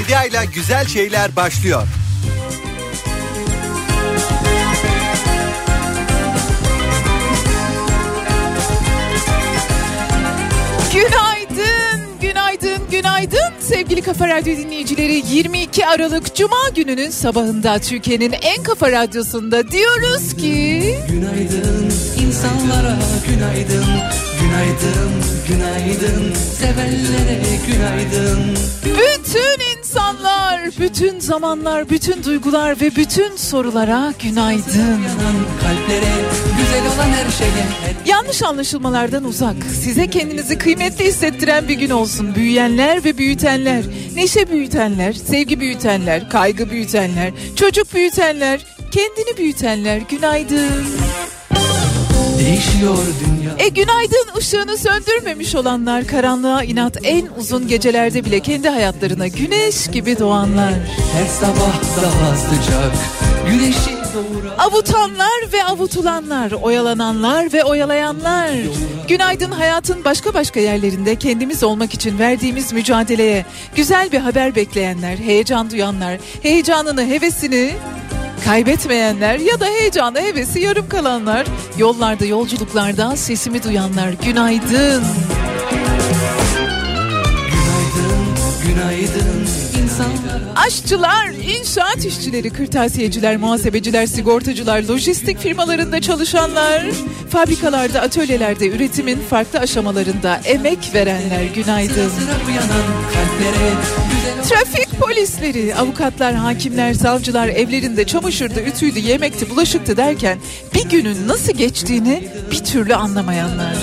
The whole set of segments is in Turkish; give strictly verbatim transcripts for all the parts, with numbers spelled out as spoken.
Bediayla güzel şeyler başlıyor. Günaydın, günaydın, günaydın sevgili Kafa Radyo dinleyicileri. yirmi iki Aralık Cuma gününün sabahında Türkiye'nin en kafa radyosunda diyoruz ki... Günaydın insanlara, günaydın, günaydın, günaydın, sevenlere günaydın. Bütün insanlar, bütün zamanlar, bütün duygular ve bütün sorulara günaydın. Kalplere, güzel olan her şeye. Yanlış anlaşılmalardan uzak, size kendinizi kıymetli hissettiren bir gün olsun. Büyüyenler ve büyütenler, neşe büyütenler, sevgi büyütenler, kaygı büyütenler, çocuk büyütenler, kendini büyütenler, günaydın. Değişiyor dünya. E günaydın ışığını söndürmemiş olanlar, karanlığa inat en uzun gecelerde bile kendi hayatlarına güneş gibi doğanlar. Her sabah daha sıcak, güneşi doğuran. Avutanlar ve avutulanlar, oyalananlar ve oyalayanlar. Günaydın hayatın başka başka yerlerinde kendimiz olmak için verdiğimiz mücadeleye, güzel bir haber bekleyenler, heyecan duyanlar, heyecanını, hevesini kaybetmeyenler ya da heyecanı, hevesi yarım kalanlar, yollarda, yolculuklarda sesimi duyanlar, günaydın. Günaydın, günaydın insanlara. Aşçılar, inşaat işçileri, kırtasiyeciler, muhasebeciler, sigortacılar, lojistik firmalarında çalışanlar, fabrikalarda, atölyelerde, üretimin farklı aşamalarında emek verenler, günaydın. Trafik polisleri, avukatlar, hakimler, savcılar evlerinde çamaşırdı, ütüydü, yemekti, bulaşıktı derken bir günün nasıl geçtiğini bir türlü anlamayanlar.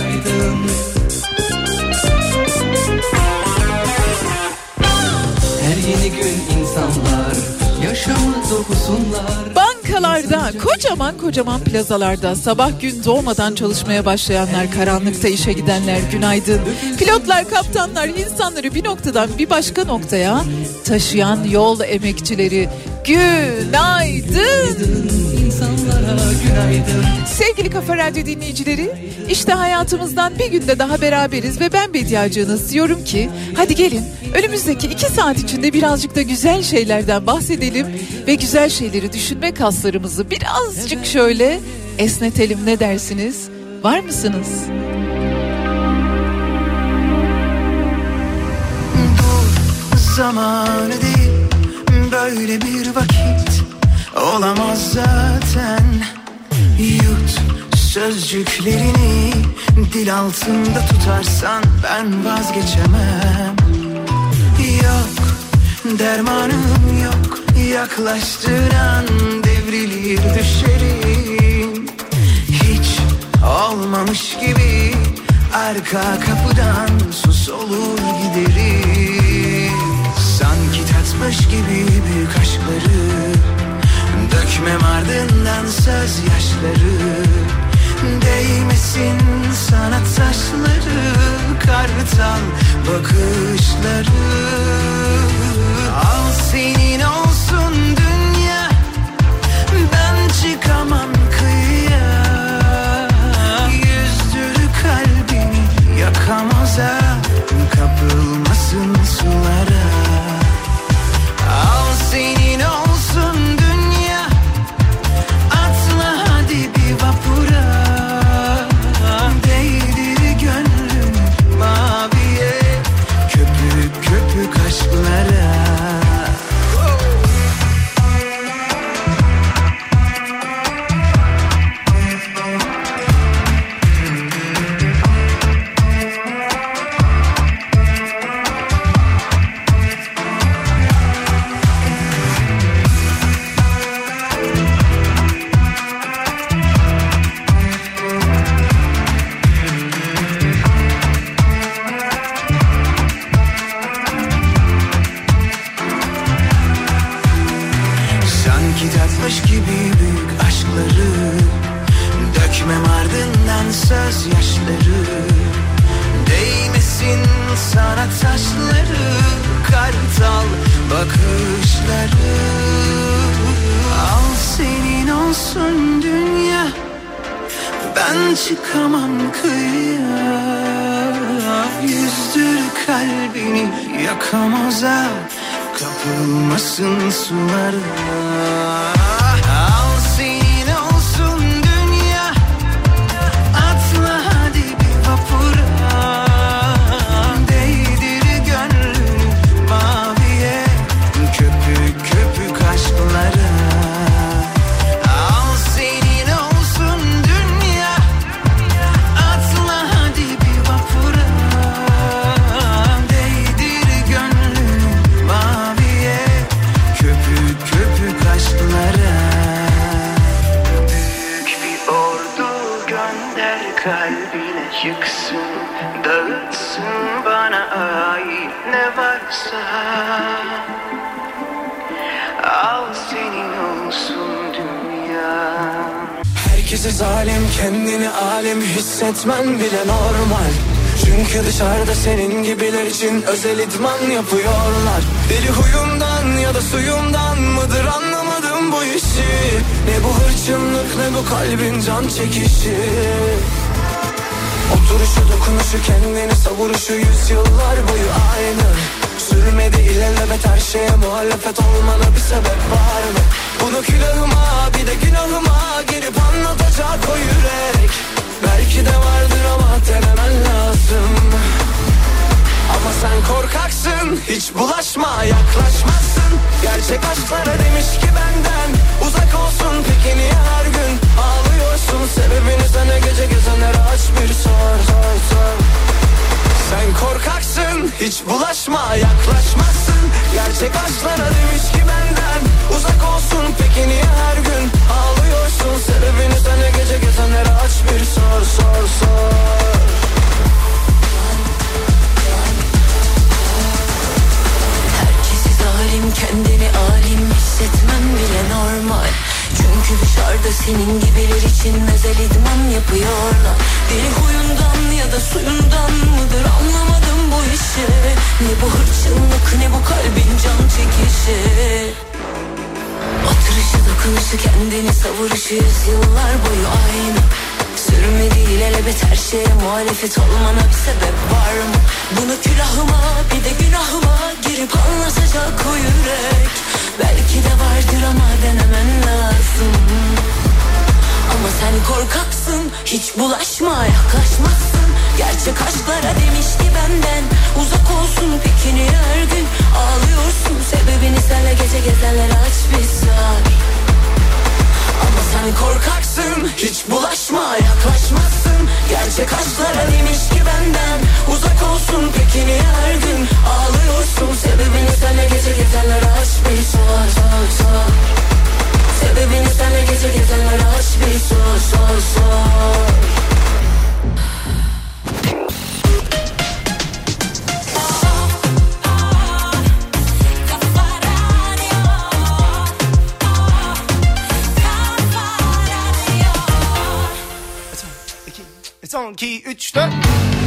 Her yeni gün insanlar yaşamı dokusunlar. Bankalarda, kocaman kocaman plazalarda sabah gün doğmadan çalışmaya başlayanlar, karanlıkta işe gidenler, günaydın. Pilotlar, kaptanlar, insanları bir noktadan bir başka noktaya taşıyan yol emekçileri, günaydın. İnsanlara günaydın. Sevgili Kafa Radyo dinleyicileri, işte hayatımızdan bir günde daha beraberiz ve ben Bediacığınız diyorum ki hadi gelin önümüzdeki iki saat içinde birazcık da güzel şeylerden bahsedelim ve güzel şeyleri düşünme kaslarımızı birazcık şöyle esnetelim, ne dersiniz? Var mısınız? Bu zamanı değil, böyle bir vakit olamaz zaten. Yut sözcüklerini, dil altında tutarsan ben vazgeçemem. Yok dermanım yok, yaklaştıran devrilir düşerim. Hiç olmamış gibi arka kapıdan sus olur giderim. Sanki tatmış gibi büyük aşkları dökmem ardından söz yaşları. Değmesin sana taşları, kartal bakışları. Al senin olsun dünya, ben çıkamam kıyıya. Yüzdür kalbini yakamoza, kapılmasın sulara. Al senin olsun dünya, atla hadi bir vapura. Değdir gönlüm maviye, köpük köpük aşklara. Kitapmış gibi büyük aşkları dökmem ardından söz yaşları. Değmesin sana taşları, kartal bakışları. Al senin olsun dünya, ben çıkamam kıyıya. Yüzdür kalbini yakamoza, kapılmasın sulara. Al senin olsun dünya, atla hadi bir vapura, değdir gönlünü maviye, köpük köpük aşklara. Al senin olsun dünya, atla hadi bir vapura, değdir gönlünü maviye, köpük köpük aşklara. Büyük bir ordu gönder kalbine, yıksın dağıtsın bana ait ne varsa. Al senin olsun dünya. Herkese zalim, kendini alim hissetmen bile normal. Çünkü dışarıda senin gibiler için özel idman yapıyorlar. Deli huyundan ya da suyundan mıdır anlamadım bu işi. Ne bu hırçınlık ne bu kalbin can çekişi. Oturuşu dokunuşu kendini savuruşu yüzyıllar boyu aynı. Sürmedi ilelebet her şeye muhalefet olmana bir sebep var mı? Bunu külahıma bir de günahıma girip anlatacak o yürek. Belki de vardır ama denemen lazım. Ama sen korkaksın, hiç bulaşma yaklaşmazsın. Gerçek aşklara demiş ki benden uzak olsun, peki niye her gün ağlıyorsun? Sebebini sana gece gezenlere aç bir sor, sor, sor. Sen korkaksın, hiç bulaşma yaklaşmazsın. Gerçek aşklara demiş ki benden uzak olsun, peki niye her gün ağlıyorsun? Sebebini sana gece gezenlere aç bir sor, sor, sor. Herkesi zalim, kendini alim hissetmem bile normal. Çünkü dışarıda senin gibiler için özel idman yapıyorlar. Deli huyundan ya da suyundan mıdır anlamadım bu işi. Ne bu hırçınlık ne bu kalbin can çekişi. Oturuşu dokunuşu kendini savuruşu yüzyıllar boyu aynı. Sürmedi ilelebet her şeye muhalefet olmana bir sebep var mı? Bunu külahıma bir de günahıma girip anlatacak o yürek. Belki de vardır ama denemen lazım. Ama sen korkaksın, hiç bulaşma yaklaşmazsın. Gerçek aşklara demiş ki benden uzak olsun, peki niye her gün ağlıyorsun? Sebebini senle gece gezenlere aç bir sor. Ama sen korkaksın, hiç bulaşma yaklaşmazsın. Gerçek aşklara demiş ki benden uzak olsun, peki niye her gün ağlıyorsun? Sebebini senle gece gezenlere aç bir sor, sor, sor. Sebebini senle gece gezenlere aç bir sor, sor, sor. Son, iki, üç, dört.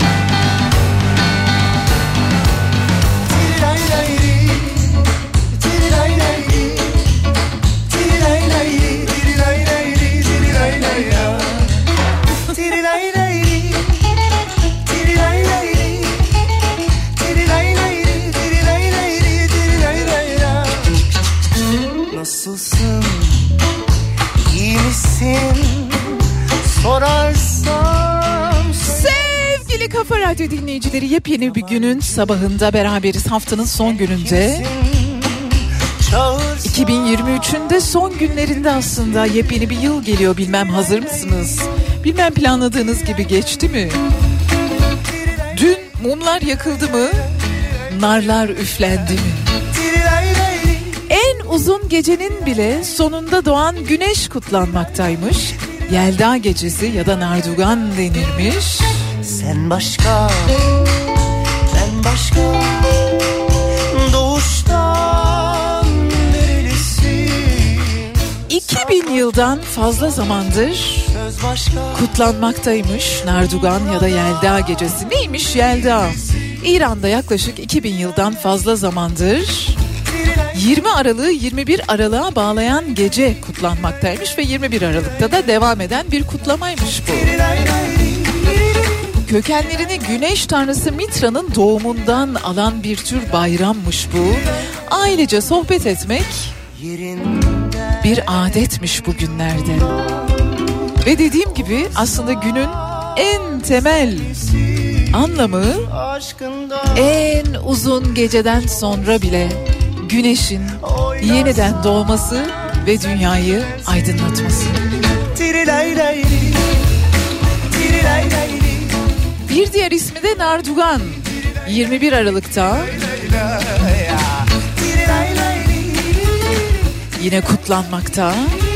Nasılsın? İyi misin? Sorarsam. Sevgili Kafa Radyo dinleyicileri, yepyeni bir günün sabahında beraberiz. Haftanın son gününde, iki bin yirmi üçün de son günlerinde aslında yepyeni bir yıl geliyor. Bilmem hazır mısınız? Bilmem planladığınız gibi geçti mi? Dün mumlar yakıldı mı? Narlar üflendi mi? En uzun gecenin bile sonunda doğan güneş kutlanmaktaymış. Yelda gecesi ya da Nardugan denirmiş. Sen başka, ben başka, doğuştan nerelisin? iki bin yıldan fazla zamandır kutlanmaktaymış Nardugan ya da Yelda gecesi. Neymiş Yelda? İran'da yaklaşık iki bin yıldan fazla zamandır yirmi Aralık'ı yirmi bir Aralık'a bağlayan gece kutlanmaktaymış ve yirmi bir Aralık'ta da devam eden bir kutlamaymış bu. kökenlerini güneş tanrısı Mitra'nın doğumundan alan bir tür bayrammış bu. Ailece sohbet etmek bir adetmiş bugünlerde. Ve dediğim gibi aslında günün en temel anlamı en uzun geceden sonra bile güneşin yeniden doğması ve dünyayı aydınlatması. Bir diğer ismi de Nardugan. yirmi bir Aralık'ta yine kutlanmakta.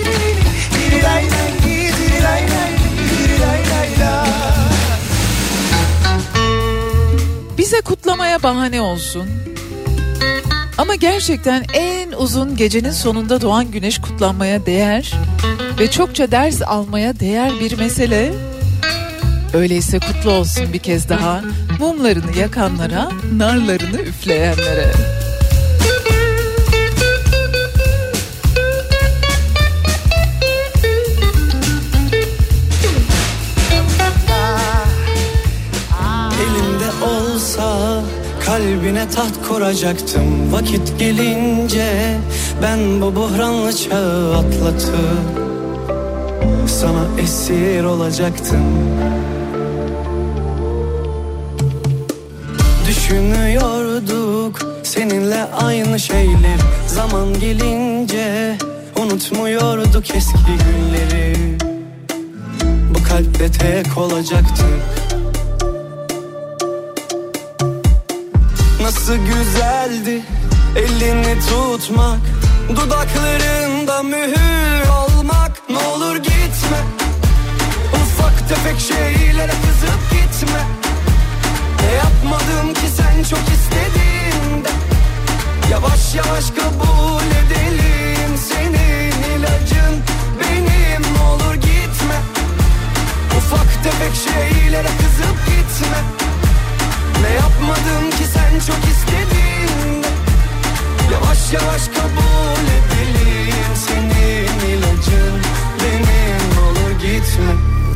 Bize kutlamaya bahane olsun. Ama gerçekten en uzun gecenin sonunda doğan güneş kutlanmaya değer ve çokça ders almaya değer bir mesele. Öyleyse kutlu olsun bir kez daha mumlarını yakanlara, narlarını üfleyenlere. Elimde olsa kalbine taht kuracaktım. Vakit gelince ben bu buhranlı çağı atlatıp sana esir olacaktım. Düşünüyorduk seninle aynı şeyler. Zaman gelince unutmuyorduk eski günleri. Bu kalpte tek olacaktık. Nasıl güzeldi elini tutmak, dudaklarında mühür olmak. Ne olur gitme, ufak tefek şeylere kızıp gitme. Ne yapmadım ki sen çok istediğinde. Yavaş yavaş kabul edelim, senin ilacın benim. Ne olur gitme, ufak tefek şeylere kızıp gitme. Ne yapmadım ki sen çok istediğinde. Yavaş yavaş kabul edelim, senin ilacın benim. Ne olur gitme.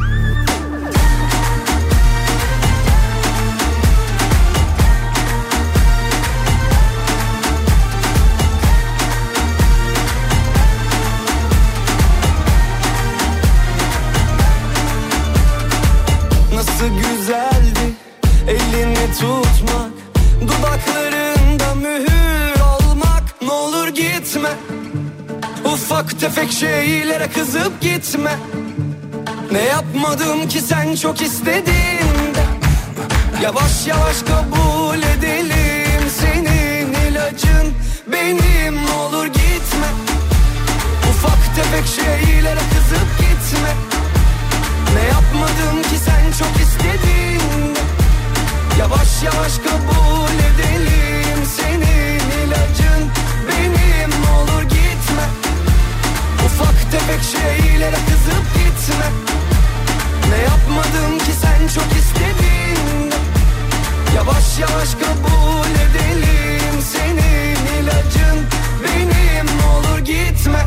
Nasıl güzeldi elini tutmak, dudaklarında mühür olmak. Ne olur gitme, ufak tefek şeylere kızıp gitme. Ne yapmadım ki sen çok istediğinde. Yavaş yavaş kabul edelim, senin ilacın benim. Ne olur gitme, ufak tefek şeylere kızıp gitme. Ne yapmadım ki sen çok istediğinde. Yavaş yavaş kabul edelim, senin ilacın benim. Ne olur gitme, ufak tefek şeylere kızıp gitme. Ne yapmadım ki sen çok istediğinde. Yavaş yavaş kabul edelim, senin ilacın benim. Ne olur gitme.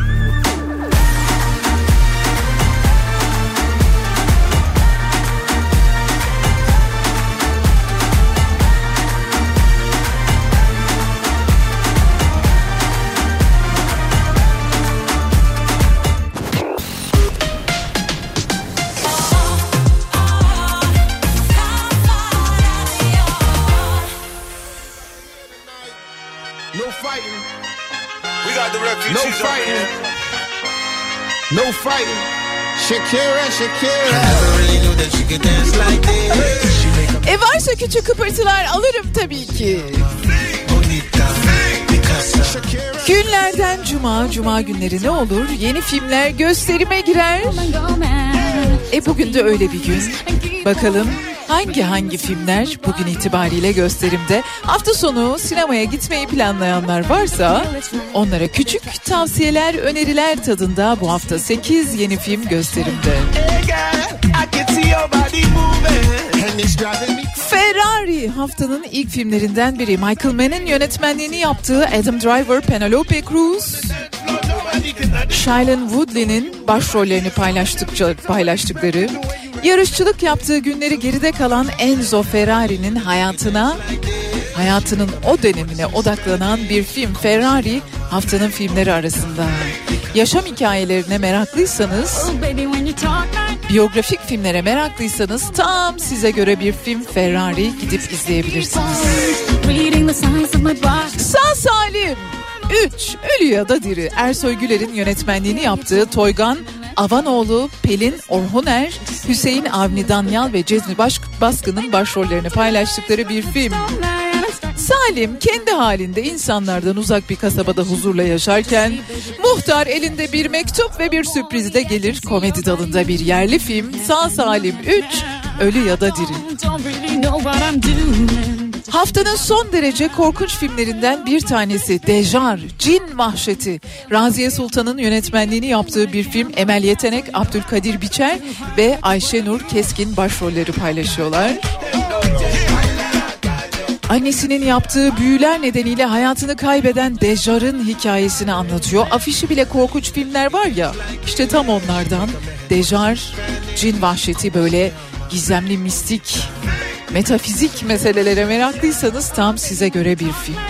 No fighting, no fighting. Shakira, Shakira. I never really knew that she could dance like this. E varsa küçük kıpırtılar alırım tabii ki. Günlerden cuma, cuma günleri ne olur? Yeni filmler gösterime girer. E bugün de öyle bir gün. Bakalım hangi hangi filmler bugün itibariyle gösterimde. Hafta sonu sinemaya gitmeyi planlayanlar varsa onlara küçük tavsiyeler, öneriler tadında bu hafta sekiz yeni film gösterimde. Ferrari haftanın ilk filmlerinden biri. Michael Mann'in yönetmenliğini yaptığı Adam Driver, Penelope Cruz, Shailene Woodley'nin başrollerini paylaştıkça, paylaştıkları Yarışçılık yaptığı günleri geride kalan Enzo Ferrari'nin hayatına, hayatının o dönemine odaklanan bir film Ferrari haftanın filmleri arasında. Yaşam hikayelerine meraklıysanız, biyografik filmlere meraklıysanız tam size göre bir film Ferrari, gidip izleyebilirsiniz. Sağ salim üç, Ölü ya da Diri. Ersoy Güler'in yönetmenliğini yaptığı Toygan Avanoğlu, Pelin Orhuner, Hüseyin Avni Danyal ve Cezmi Baskın'ın başrollerini paylaştıkları bir film. Salim kendi halinde insanlardan uzak bir kasabada huzurla yaşarken muhtar elinde bir mektup ve bir sürprizle gelir. Komedi dalında bir yerli film Sağ Salim üç, Ölü ya da Diri. Haftanın son derece korkunç filmlerinden bir tanesi Dejar, Cin Vahşeti. Raziye Sultan'ın yönetmenliğini yaptığı bir film. Emel Yetenek, Abdülkadir Biçer ve Ayşenur Keskin başrolleri paylaşıyorlar. Annesinin yaptığı büyüler nedeniyle hayatını kaybeden Dejar'ın hikayesini anlatıyor. Afişi bile korkunç filmler var ya, işte tam onlardan. Dejar, Cin Vahşeti, böyle gizemli, mistik, metafizik meselelere meraklıysanız tam size göre bir film.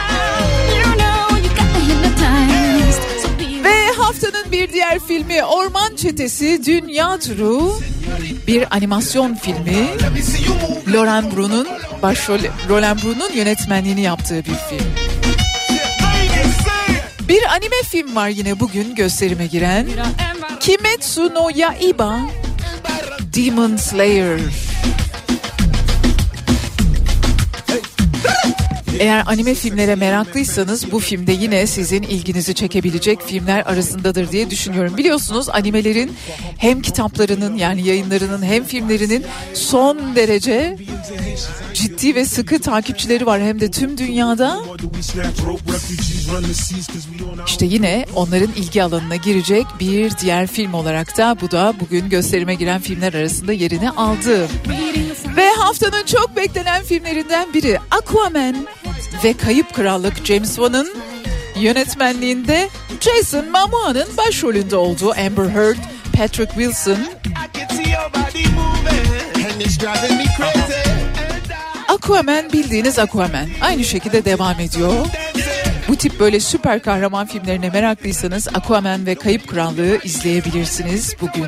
Ve haftanın bir diğer filmi Orman Çetesi Dünya Turu, bir animasyon filmi. Laurent Brun'un başrol, Laurent Brun'un yönetmenliğini yaptığı bir film. Bir anime film var yine bugün gösterime giren. Kimetsu no Yaiba, Demon Slayer. Eğer anime filmlere meraklıysanız bu filmde yine sizin ilginizi çekebilecek filmler arasındadır diye düşünüyorum. Biliyorsunuz animelerin hem kitaplarının, yani yayınlarının, hem filmlerinin son derece ciddi ve sıkı takipçileri var, hem de tüm dünyada. İşte yine onların ilgi alanına girecek bir diğer film olarak da bu da bugün gösterime giren filmler arasında yerini aldı. Ve haftanın çok beklenen filmlerinden biri Aquaman ve Kayıp Krallık, James Wan'ın yönetmenliğinde Jason Momoa'nın başrolünde olduğu Amber Heard, Patrick Wilson. Aquaman bildiğiniz Aquaman aynı şekilde devam ediyor. Bu tip böyle süper kahraman filmlerine meraklıysanız Aquaman ve Kayıp Krallığı izleyebilirsiniz bugün.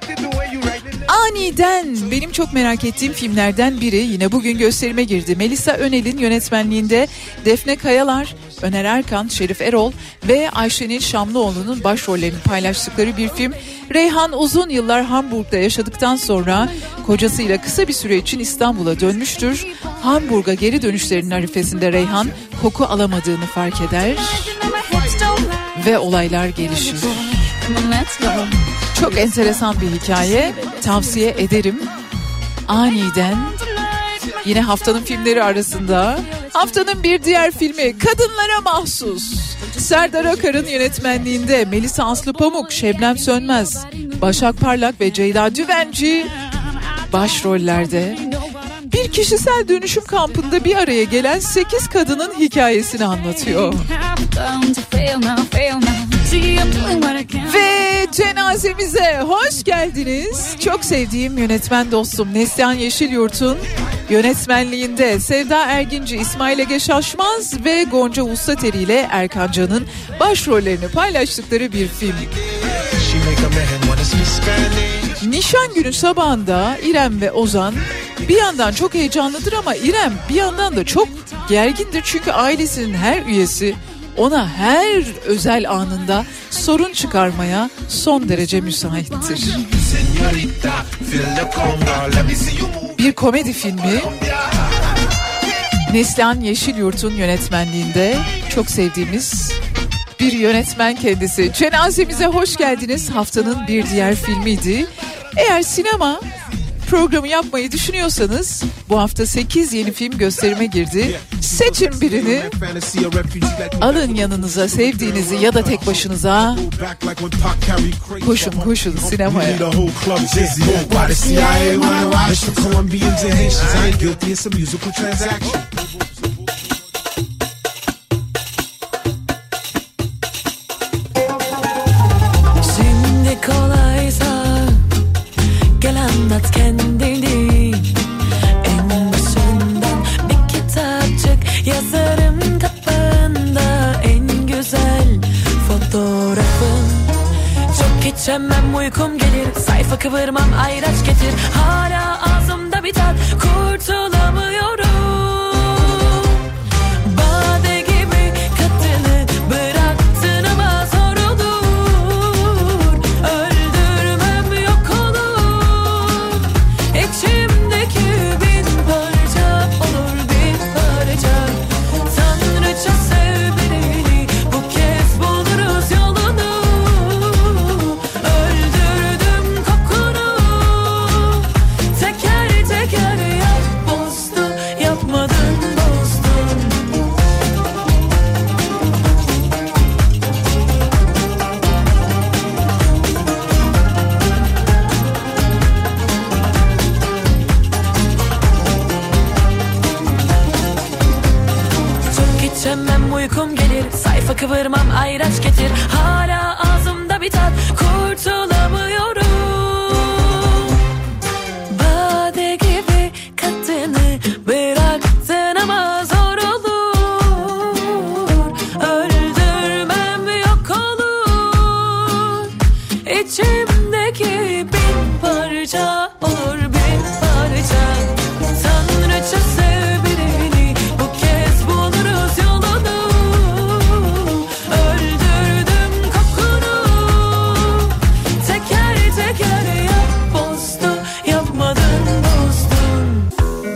Aniden benim çok merak ettiğim filmlerden biri yine bugün gösterime girdi. Melisa Önel'in yönetmenliğinde Defne Kayalar, Öner Erkan, Şerif Erol ve Ayşenil Şamlıoğlu'nun başrollerini paylaştıkları bir film. Reyhan uzun yıllar Hamburg'da yaşadıktan sonra kocasıyla kısa bir süre için İstanbul'a dönmüştür. Hamburg'a geri dönüşlerinin arifesinde Reyhan koku alamadığını fark eder ve olaylar gelişir. Çok enteresan bir hikaye, tavsiye ederim. Aniden yine haftanın filmleri arasında. Haftanın bir diğer filmi Kadınlara Mahsus. Serdar Akar'ın yönetmenliğinde Melisa Aslı Pamuk, Şebnem Sönmez, Başak Parlak ve Ceyda Düvenci başrollerde. Bir kişisel dönüşüm kampında bir araya gelen sekiz kadının hikayesini anlatıyor. Ve cenazemize hoş geldiniz. Çok sevdiğim yönetmen dostum Neslihan Yeşilyurt'un yönetmenliğinde Sevda Erginci, İsmail Ege Şaşmaz ve Gonca Ustateri ile Erkan Can'ın başrollerini paylaştıkları bir film. Nişan günü sabahında İrem ve Ozan bir yandan çok heyecanlıdır ama İrem bir yandan da çok gergindir. Çünkü ailesinin her üyesi ona her özel anında sorun çıkarmaya son derece müsaittir. Bir komedi filmi. Neslihan Yeşilyurt'un yönetmenliğinde çok sevdiğimiz bir yönetmen kendisi. Cenazemize hoş geldiniz. Haftanın bir diğer filmiydi. Eğer sinema programı yapmayı düşünüyorsanız bu hafta sekiz yeni film gösterime girdi. Seçin birini. Alın yanınıza sevdiğinizi ya da tek başınıza. Koşun koşun sinemaya. Şimdi kolaysa gel anlat. geçemem uykum gelir. Sayfa kıvırmam ayraç getir. Hala ağzımda bir tat kurtulamıyorum. Bade gibi kadını bıraktın ama zor olur. Öldürmem yok olur. İçimdeki bin parça olur bin parça. Tanrıça sev beni, bu kez buluruz yolunu. Öldürdüm kokunu. Teker teker yap bozdu, yapmadın bozdun. Çok içemem uykum gelir. Sayfa kıvırmam ayraç getir. Hala ağzımda bir tat kurtulamıyorum. Bade gibi kadını bıraktın ama zor olur. Öldürmem yok olur. İçimdeki bin parça olur bin parça. Tanrıça sev beni, bu kez buluruz yolunu. Öldürdüm kokunu. Teker teker yap bozdu, yapmadın bozdun.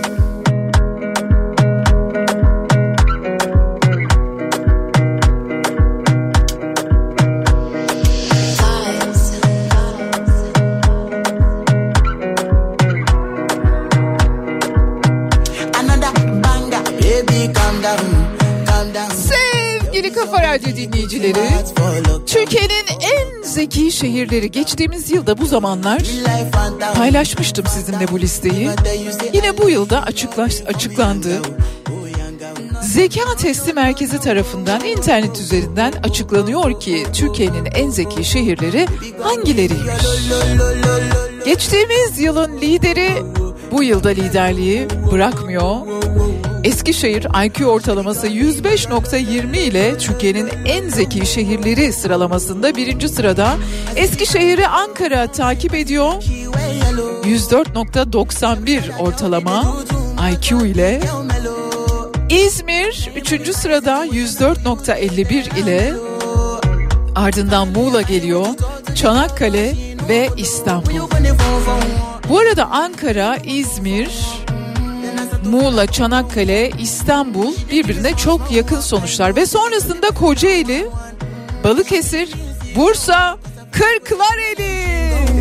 Another banger, baby calm down, calm down. Sevgili Kafa Radyo dinleyicileri, Türkiye'nin en zeki şehirleri geçtiğimiz yılda bu zamanlar paylaşmıştım sizinle bu listeyi. Yine bu yılda açıklaş, açıklandı. Zeka Testi Merkezi tarafından internet üzerinden açıklanıyor ki Türkiye'nin en zeki şehirleri hangileriymiş? Geçtiğimiz yılın lideri bu yılda liderliği bırakmıyor. Eskişehir I Q ortalaması yüz beş nokta yirmi ile Türkiye'nin en zeki şehirleri sıralamasında birinci sırada. Eskişehir'i Ankara takip ediyor. yüz dört nokta doksan bir ortalama I Q ile. İzmir üçüncü sırada yüz dört nokta elli bir ile. Ardından Muğla geliyor. Çanakkale ve İstanbul. Bu arada Ankara, İzmir, Muğla, Çanakkale, İstanbul birbirine çok yakın sonuçlar. Ve sonrasında Kocaeli, Balıkesir, Bursa, Kırklareli.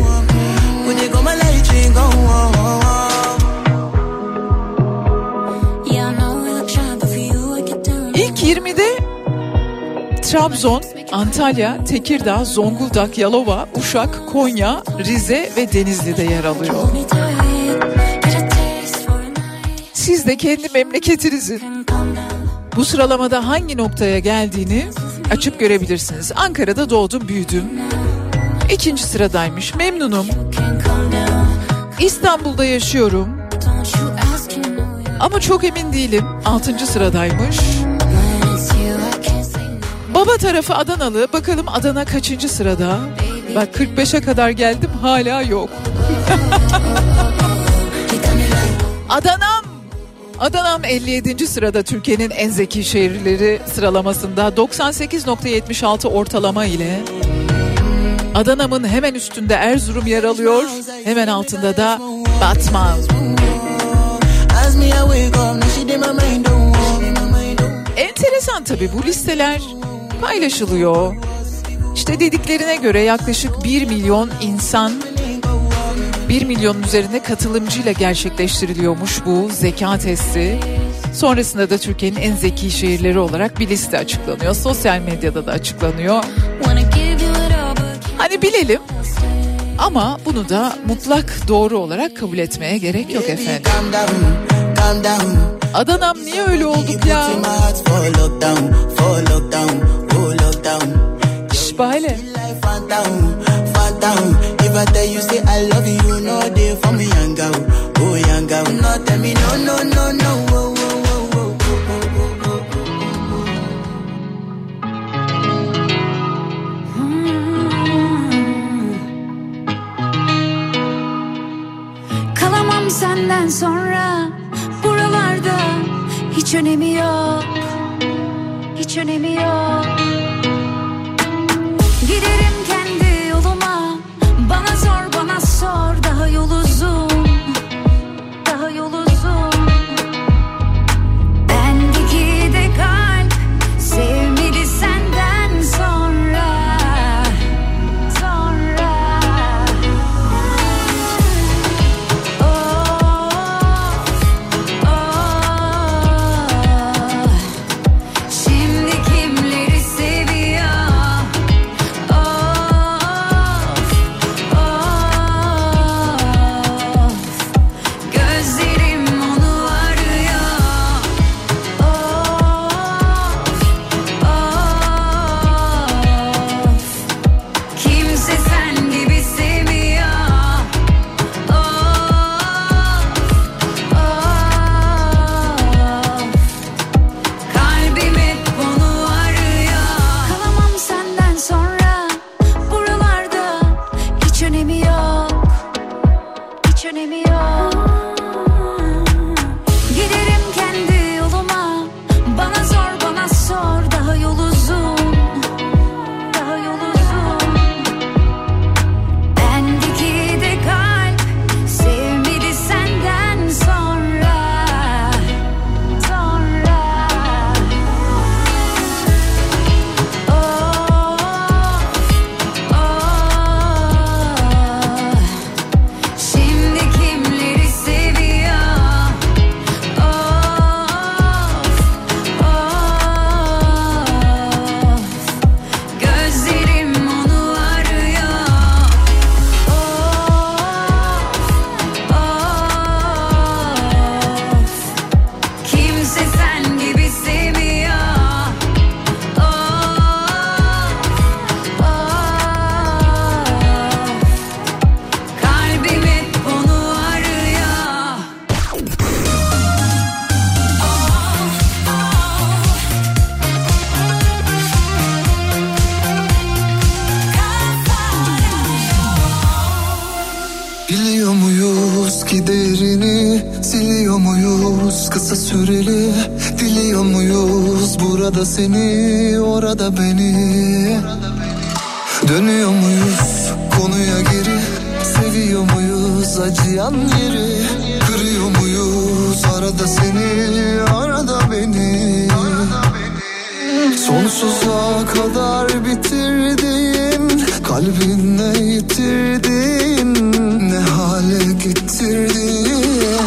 İlk yirmide Trabzon, Antalya, Tekirdağ, Zonguldak, Yalova, Uşak, Konya, Rize ve Denizli'de yer alıyor. Siz de kendi memleketinizin bu sıralamada hangi noktaya geldiğini açıp görebilirsiniz. Ankara'da doğdum, büyüdüm. İkinci sıradaymış, memnunum. İstanbul'da yaşıyorum. Ama çok emin değilim, altıncı sıradaymış. Baba tarafı Adanalı, bakalım Adana kaçıncı sırada? Bak kırk beşe kadar geldim, hala yok. Adana'm. Adana'm elli yedinci sırada Türkiye'nin en zeki şehirleri sıralamasında doksan sekiz nokta yetmiş altı ortalama ile. Adana'mın hemen üstünde Erzurum yer alıyor. Hemen altında da Batman. Enteresan tabii, bu listeler paylaşılıyor. İşte dediklerine göre yaklaşık bir milyon insan, bir milyonun üzerinde katılımcıyla gerçekleştiriliyormuş bu zeka testi. Sonrasında da Türkiye'nin en zeki şehirleri olarak bir liste açıklanıyor. Sosyal medyada da açıklanıyor. Hani bilelim ama bunu da mutlak doğru olarak kabul etmeye gerek yok efendim. Adana'm niye öyle olduk ya? Şş Bahane. senden sonra buralarda hiç önemi yok, hiç önemi yok. Giderim kendi yoluma, bana zor bana sor, daha yol uzun, daha yol uzun. Bendeki de kalp sevmedi senden sonra, sonra. Oh, oh. Şimdi kimleri seviyor? Of, of. Gözlerim onu arıyor. Of, of. Kimse sen gibi sevmiyor. Of, of. Kalbim hep onu arıyor. Kalamam senden sonra buralarda, hiç önemi yok, hiç önemi yok. Giderim kendi yoluma, bana zor bana sor, daha yol uzun, daha yol uzun. Bendeki de kalp sevmedi senden sonra, sonra. Oh, oh. Şimdi kimleri seviyor? Of, of. Gözlerim onu arıyor. Of, of. Kimse sen gibi sevmiyor. Of, of. Kalbim hep onu arıyor. Biliyor muyuz ki değerini, siliyor muyuz kısa süreli? Diliyor muyuz burada seni, orada beni? Dönüyor muyuz konuya geri, seviyor muyuz acıyan yeri? Kırıyor muyuz arada seni, arada beni? Sonsuza kadar bitirdiğin, kalbinle yitirdiğin, ne hale getirdin?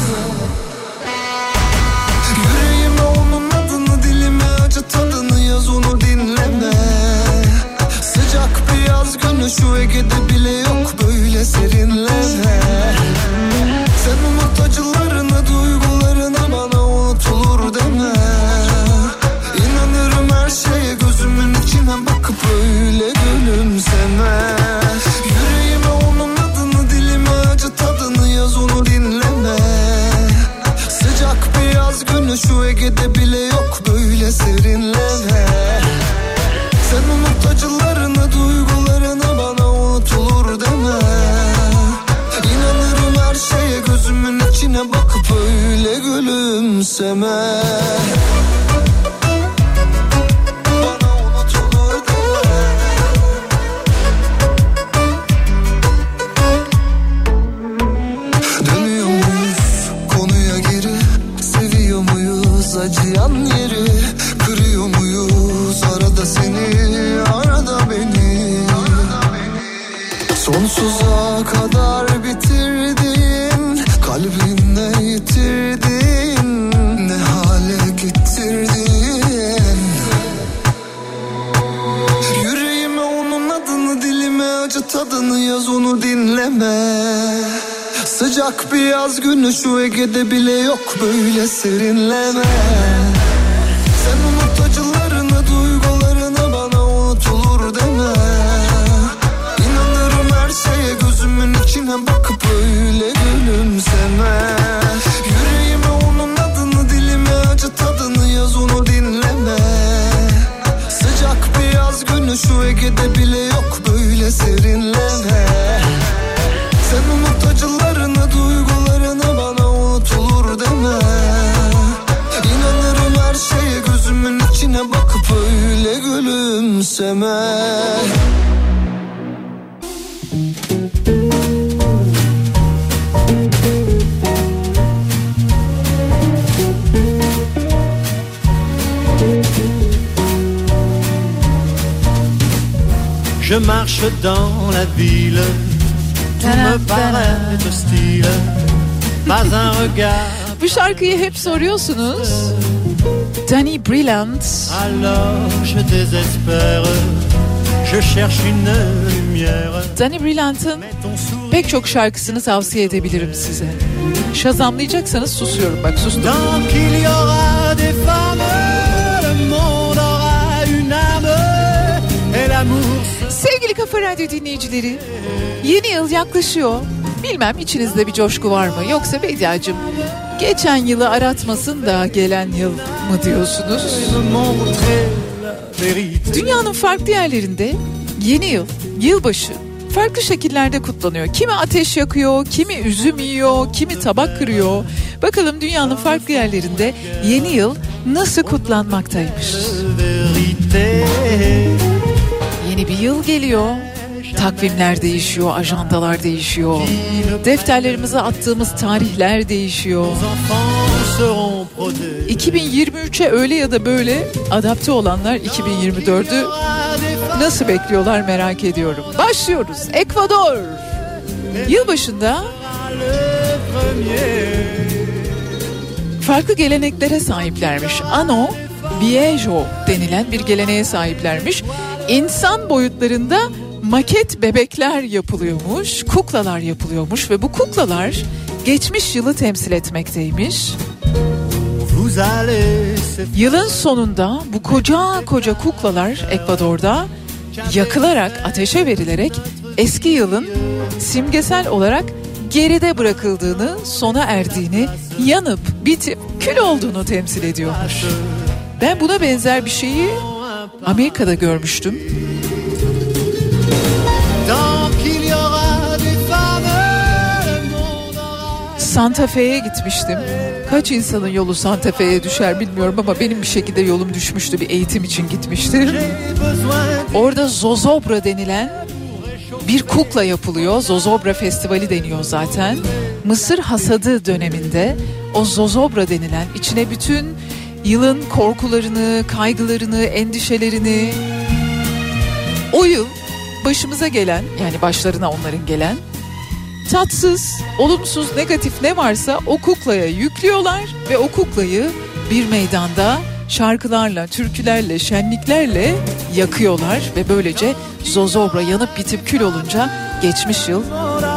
Yüreğime onun adını, dilime acı tadını yaz, onu dinleme. Sıcak bir yaz günü şu Ege'de bile yok böyle serinleme. Sen unut acılarını, duygularına, bana unutulur deme. İnanırım her şeye, gözümün içine bakıp öyle gülümseme. Yüreğime onun adını, dilime acı tadını yaz, onu dinleme. Sıcak bir yaz günü şu Ege'de bile yok böyle serinleme. Sen unut acılarını, duygularına, bana unutulur deme. İnanırım her şeye, gözümün içine bakıp öyle gülümseme. Bana unutulur deme. Dönüyor muyuz konuya geri, seviyor muyuz acıyan yeri? Kırıyor muyuz arada seni, arada beni? Sonsuza kadar bitirdiğin, kalbinle yitirdiğin, ne hale getirdin? Yüreğime onun adını, dilime acı tadını yaz, onu dinleme. Sıcak bir yaz günü şu Ege'de bile yok böyle serinleme. Sen unut acılarını, duygularına, bana unutulur deme. İnanırım her şeye, gözümün içine bakıp öyle gülümseme. Yüreğime onun adını, dilime acı tadını yaz, onu dinleme. Sıcak bir yaz günü şu Ege'de bile yok böyle serinleme. Sen unut acılarını, duygularına, bana bile gülümseme. Je marche dans la ville, tout me paraît hostile, pas un regard. Bu şarkıyı hep soruyorsunuz. Danny Brillant. Alors je désespère, je cherche une lumière. Danny Brillant'ın pek çok şarkısını tavsiye edebilirim size. Şazamlayacaksanız susuyorum, bak sustum. Tant qu'il y aura des femmes, le monde aura une âme et l'amour. Sevgili Kafa Radyo dinleyicileri, yeni yıl yaklaşıyor. Bilmem içinizde bir coşku var mı? Yoksa Bediacığım geçen yılı aratmasın da gelen yıl mı diyorsunuz? Dünyanın farklı yerlerinde yeni yıl, yılbaşı farklı şekillerde kutlanıyor. Kimi ateş yakıyor, kimi üzüm yiyor, kimi tabak kırıyor. Bakalım dünyanın farklı yerlerinde yeni yıl nasıl kutlanmaktaymış? Yeni bir yıl geliyor. Takvimler değişiyor, ajandalar değişiyor. Defterlerimize attığımız tarihler değişiyor. iki bin yirmi üçe öyle ya da böyle adapte olanlar iki bin yirmi dördü nasıl bekliyorlar merak ediyorum. Başlıyoruz. Ekvador. Yılbaşında farklı geleneklere sahiplermiş. Ano Viejo denilen bir geleneğe sahiplermiş. İnsan boyutlarında maket bebekler yapılıyormuş, kuklalar yapılıyormuş ve bu kuklalar geçmiş yılı temsil etmekteymiş. Yılın sonunda bu koca koca kuklalar Ekvador'da yakılarak, ateşe verilerek eski yılın simgesel olarak geride bırakıldığını, sona erdiğini, yanıp bitip kül olduğunu temsil ediyormuş. Ben buna benzer bir şeyi Amerika'da görmüştüm. Santa Fe'ye gitmiştim. Kaç insanın yolu Santa Fe'ye düşer bilmiyorum ama benim bir şekilde yolum düşmüştü. Bir eğitim için gitmiştim. Orada Zozobra denilen bir kukla yapılıyor. Zozobra Festivali deniyor zaten. Mısır hasadı döneminde o Zozobra denilen, içine bütün yılın korkularını, kaygılarını, endişelerini, o yıl başımıza gelen, yani başlarına onların gelen tatsız, olumsuz, negatif ne varsa o kuklaya yüklüyorlar ve o kuklayı bir meydanda şarkılarla, türkülerle, şenliklerle yakıyorlar ve böylece Zozobra yanıp bitip kül olunca geçmiş yıl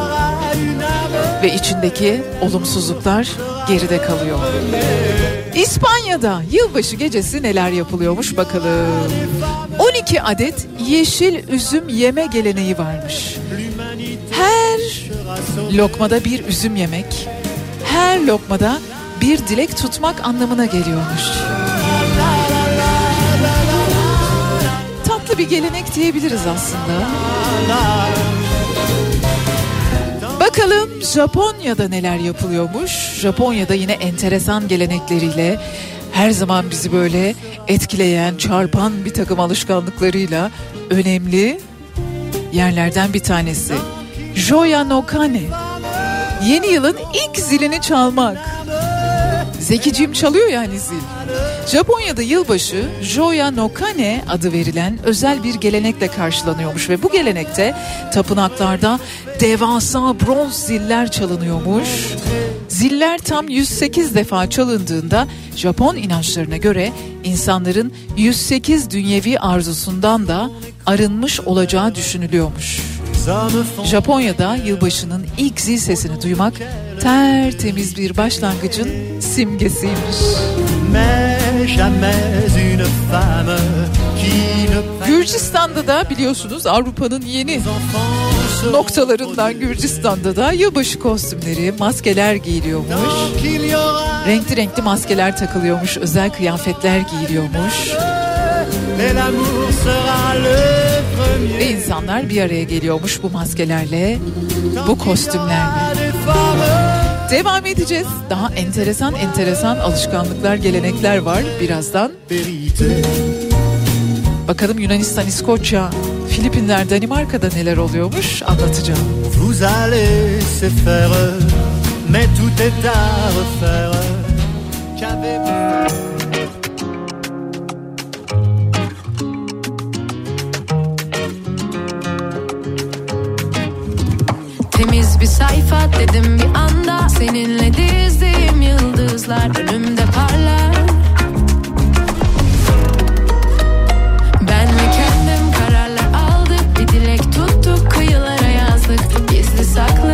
ve içindeki olumsuzluklar geride kalıyor. İspanya'da yılbaşı gecesi neler yapılıyormuş bakalım. on iki adet yeşil üzüm yeme geleneği varmış. Her lokmada bir üzüm yemek, her lokmada bir dilek tutmak anlamına geliyormuş. Tatlı bir gelenek diyebiliriz aslında. Bakalım Japonya'da neler yapılıyormuş. Japonya'da yine enteresan gelenekleriyle, her zaman bizi böyle etkileyen, çarpan bir takım alışkanlıklarıyla önemli yerlerden bir tanesi. Joya no Kane. Yeni yılın ilk zilini çalmak. Zekiciğim çalıyor yani zil. Japonya'da yılbaşı Joya no Kane adı verilen özel bir gelenekle karşılanıyormuş ve bu gelenekte tapınaklarda devasa bronz ziller çalınıyormuş. Ziller tam yüz sekiz defa çalındığında Japon inançlarına göre insanların yüz sekiz dünyevi arzusundan da arınmış olacağı düşünülüyormuş. Japonya'da yılbaşının ilk zil sesini duymak tertemiz bir başlangıcın simgesiymiş. Gürcistan'da da biliyorsunuz Avrupa'nın yeni noktalarından Gürcistan'da da yılbaşı kostümleri, maskeler giyiliyormuş. Renkli renkli maskeler takılıyormuş, özel kıyafetler giyiliyormuş. Ve insanlar bir araya geliyormuş bu maskelerle, bu kostümlerle. Devam edeceğiz. Daha enteresan enteresan alışkanlıklar, gelenekler var birazdan. Bakalım Yunanistan, İskoçya, Filipinler, Danimarka'da neler oluyormuş, anlatacağım. Vous allez se faire, mais tout est à refaire. Qu'avez-vous? Temiz bir sayfa dedim bir anda, seninle dizdiğim yıldızlar önümde parlar. Ben ve kendim kararlar aldık, bir dilek tuttuk, kıyılara yazdık, gizli saklı.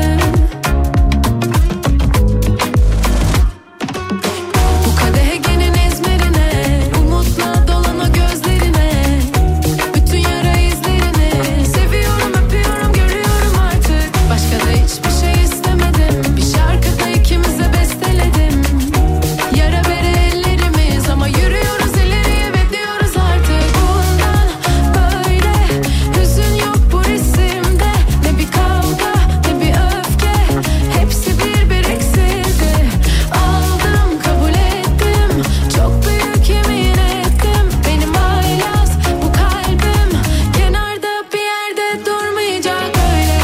Bu kadehegenin izmerine, umutla dolan o gözlerine, bütün yara izlerini seviyorum, öpüyorum, görüyorum artık. Başka da hiçbir şey istemedim, bir şarkıda ikimize besteledim. Yara bere ellerimiz ama yürüyoruz ileriye ve diyoruz artık. Bundan böyle hüzün yok bu resimde, ne bir kavga ne bir öfke, hepsi bir bir eksildi. Aldım kabul ettim, çok büyük yemin ettim. Benim haylaz bu kalbim, kenarda bir yerde durmayacak öyle.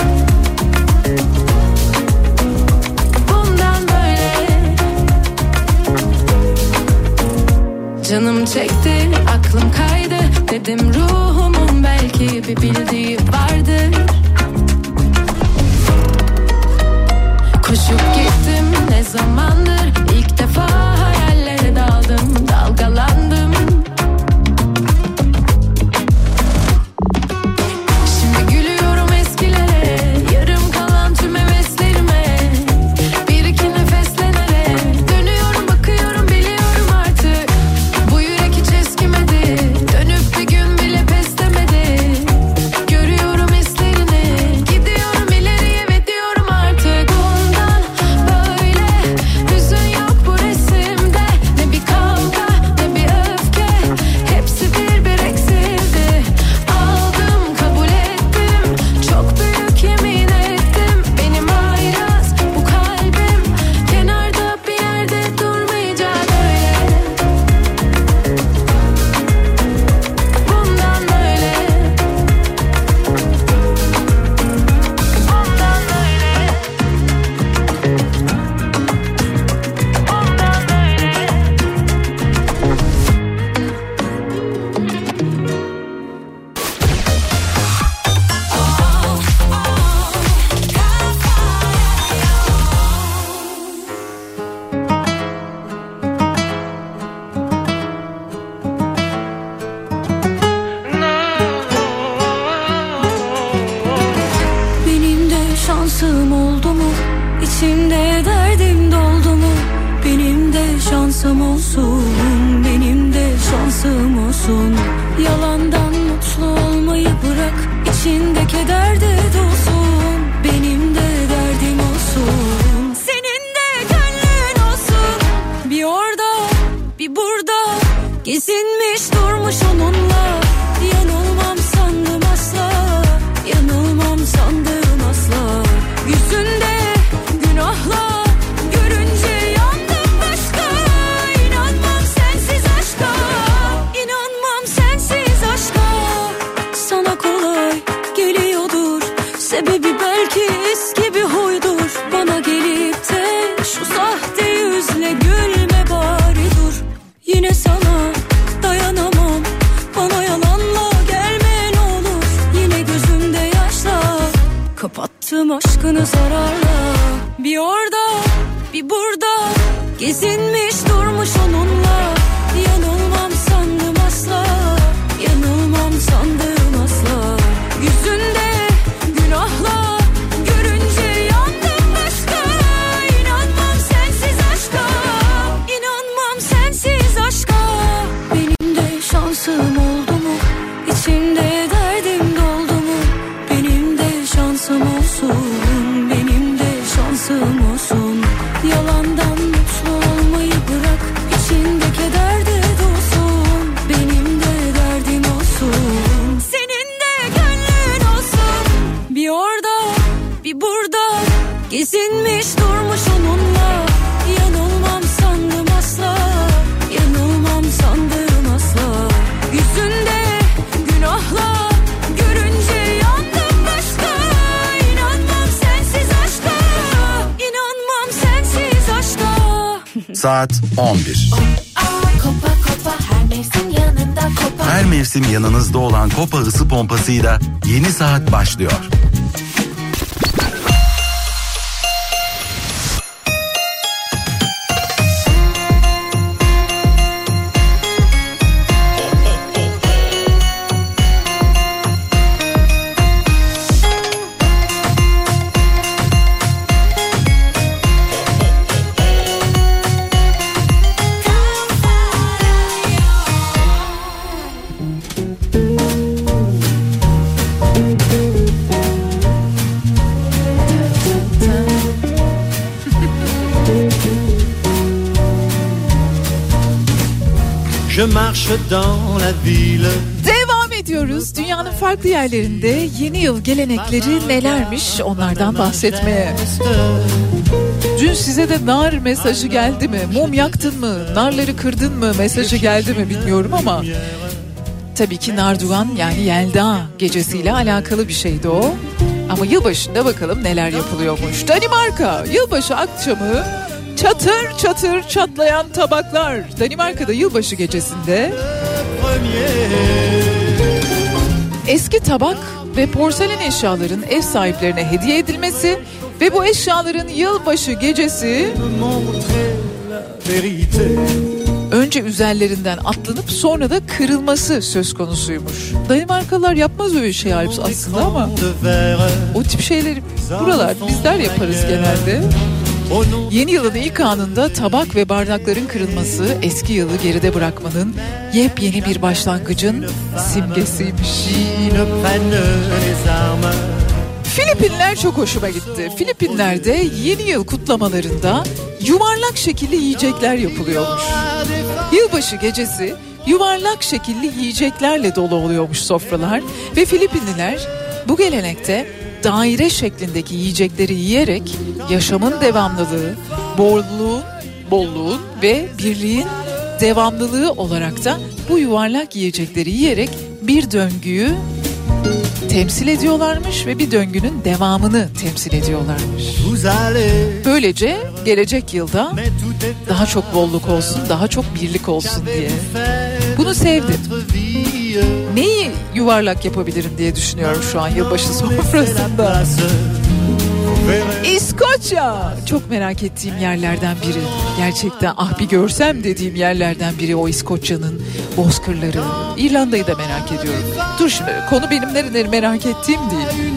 Bundan böyle canım çekti, aklım kaydı, dedim ruhumun belki bir bildiği vardır. Koşup gittim ne zamandır, ilk defa hayallere daldım, dalgalandım. Şimdi gülüyorum eskilere, yarım kalan tüm heveslerime, bir iki nefeslenerek dönüyorum, bakıyorum, biliyorum artık. Bu yürek hiç eskimedi, dönüp bir gün bile pes demedi. Görüyorum hislerini, gidiyorum ileriye ve diyorum artık. Bundan böyle hüzün yok bu resimde, ne bir kavga ne bir öfke, hepsi bir bir eksildi. Aldım kabul ettim, çok büyük yemin ettim. Benim haylaz bu kalbim, kenarda bir yerde durmayacak öyle. Bundan böyle, bundan böyle, bundan böyle. Benim de şansım oldu mu? İçimde derdim doldu mu? Benim de şansım olsun, benim de şansım olsun. Yalandan mutlu olmayı bırak, içinde keder de dolsun. Benim de derdim olsun, senin de gönlün olsun. Bir orada, bir burada, gezinmiş durmuş onunla. Yanılmam sandım asla, yanılmam sandım asla. Yüzünde günahla görünce yandım başka. İnanmam sensiz aşka, inanmam sensiz aşka. Sana kolay geliyordur, sebebi belki eski bir huydur. Bana gelip de şu sahte yüzle gülme bari dur. Yine sana dayanamam, bana yalanla gelme ne olur. Yine gözümde yaşla kapattım aşkını zararla. Bir orada, bir burada, gezinmiş durmuş onunla. Yanılmam sandım asla, yanılmam sandım asla. Yüzünde günahla görünce yandım başka. İnanmam sensiz aşka, inanmam sensiz aşka. Benim de şansım oldu mu? İçimde derdim doldu mu? Benim de şansım olsun, benim de şansım olsun. Yalandan mutlu olmayı bırak. saat on bir. Kopa kopa her mevsim yanında kopa. Her mevsim yanınızda olan Kopa ısı pompasıyla yeni saat başlıyor. Je marche dans la ville. Devam ediyoruz. Dünyanın farklı yerlerinde yeni yıl gelenekleri nelermiş onlardan bahsetmeye. Dün size de nar mesajı geldi mi? Mum yaktın mı? Narları kırdın mı? Mesajı geldi mi bilmiyorum ama tabii ki Nardugan yani Yelda gecesiyle alakalı bir şeydi o. Ama yılbaşında bakalım neler yapılıyormuş. Danimarka yılbaşı akşamı çatır çatır çatlayan tabaklar. Danimarka'da yılbaşı gecesinde eski tabak ve porselen eşyaların ev sahiplerine hediye edilmesi ve bu eşyaların yılbaşı gecesi önce üzerlerinden atlanıp sonra da kırılması söz konusuymuş. Danimarkalılar yapmaz öyle şey aslında ama o tip şeyleri buralar bizler yaparız genelde. Yeni yılın ilk anında tabak ve bardakların kırılması eski yılı geride bırakmanın yepyeni bir başlangıcın simgesiymiş. Filipinler çok hoşuma gitti. Filipinler'de yeni yıl kutlamalarında yuvarlak şekilli yiyecekler yapılıyormuş. Yılbaşı gecesi yuvarlak şekilli yiyeceklerle dolu oluyormuş sofralar ve Filipinliler bu gelenekte daire şeklindeki yiyecekleri yiyerek yaşamın devamlılığı, bolluğun, bolluğun ve birliğin devamlılığı olarak da bu yuvarlak yiyecekleri yiyerek bir döngüyü temsil ediyorlarmış ve bir döngünün devamını temsil ediyorlarmış. Böylece gelecek yılda daha çok bolluk olsun, daha çok birlik olsun diye. Bunu sevdim. Neyi yuvarlak yapabilirim diye düşünüyorum şu an yılbaşı sofrasında. İskoçya çok merak ettiğim yerlerden biri. Gerçekten ah bir görsem dediğim yerlerden biri o İskoçya'nın bozkırları. İrlanda'yı da merak ediyorum. Dur şimdi konu benim nereleri merak ettiğim değil.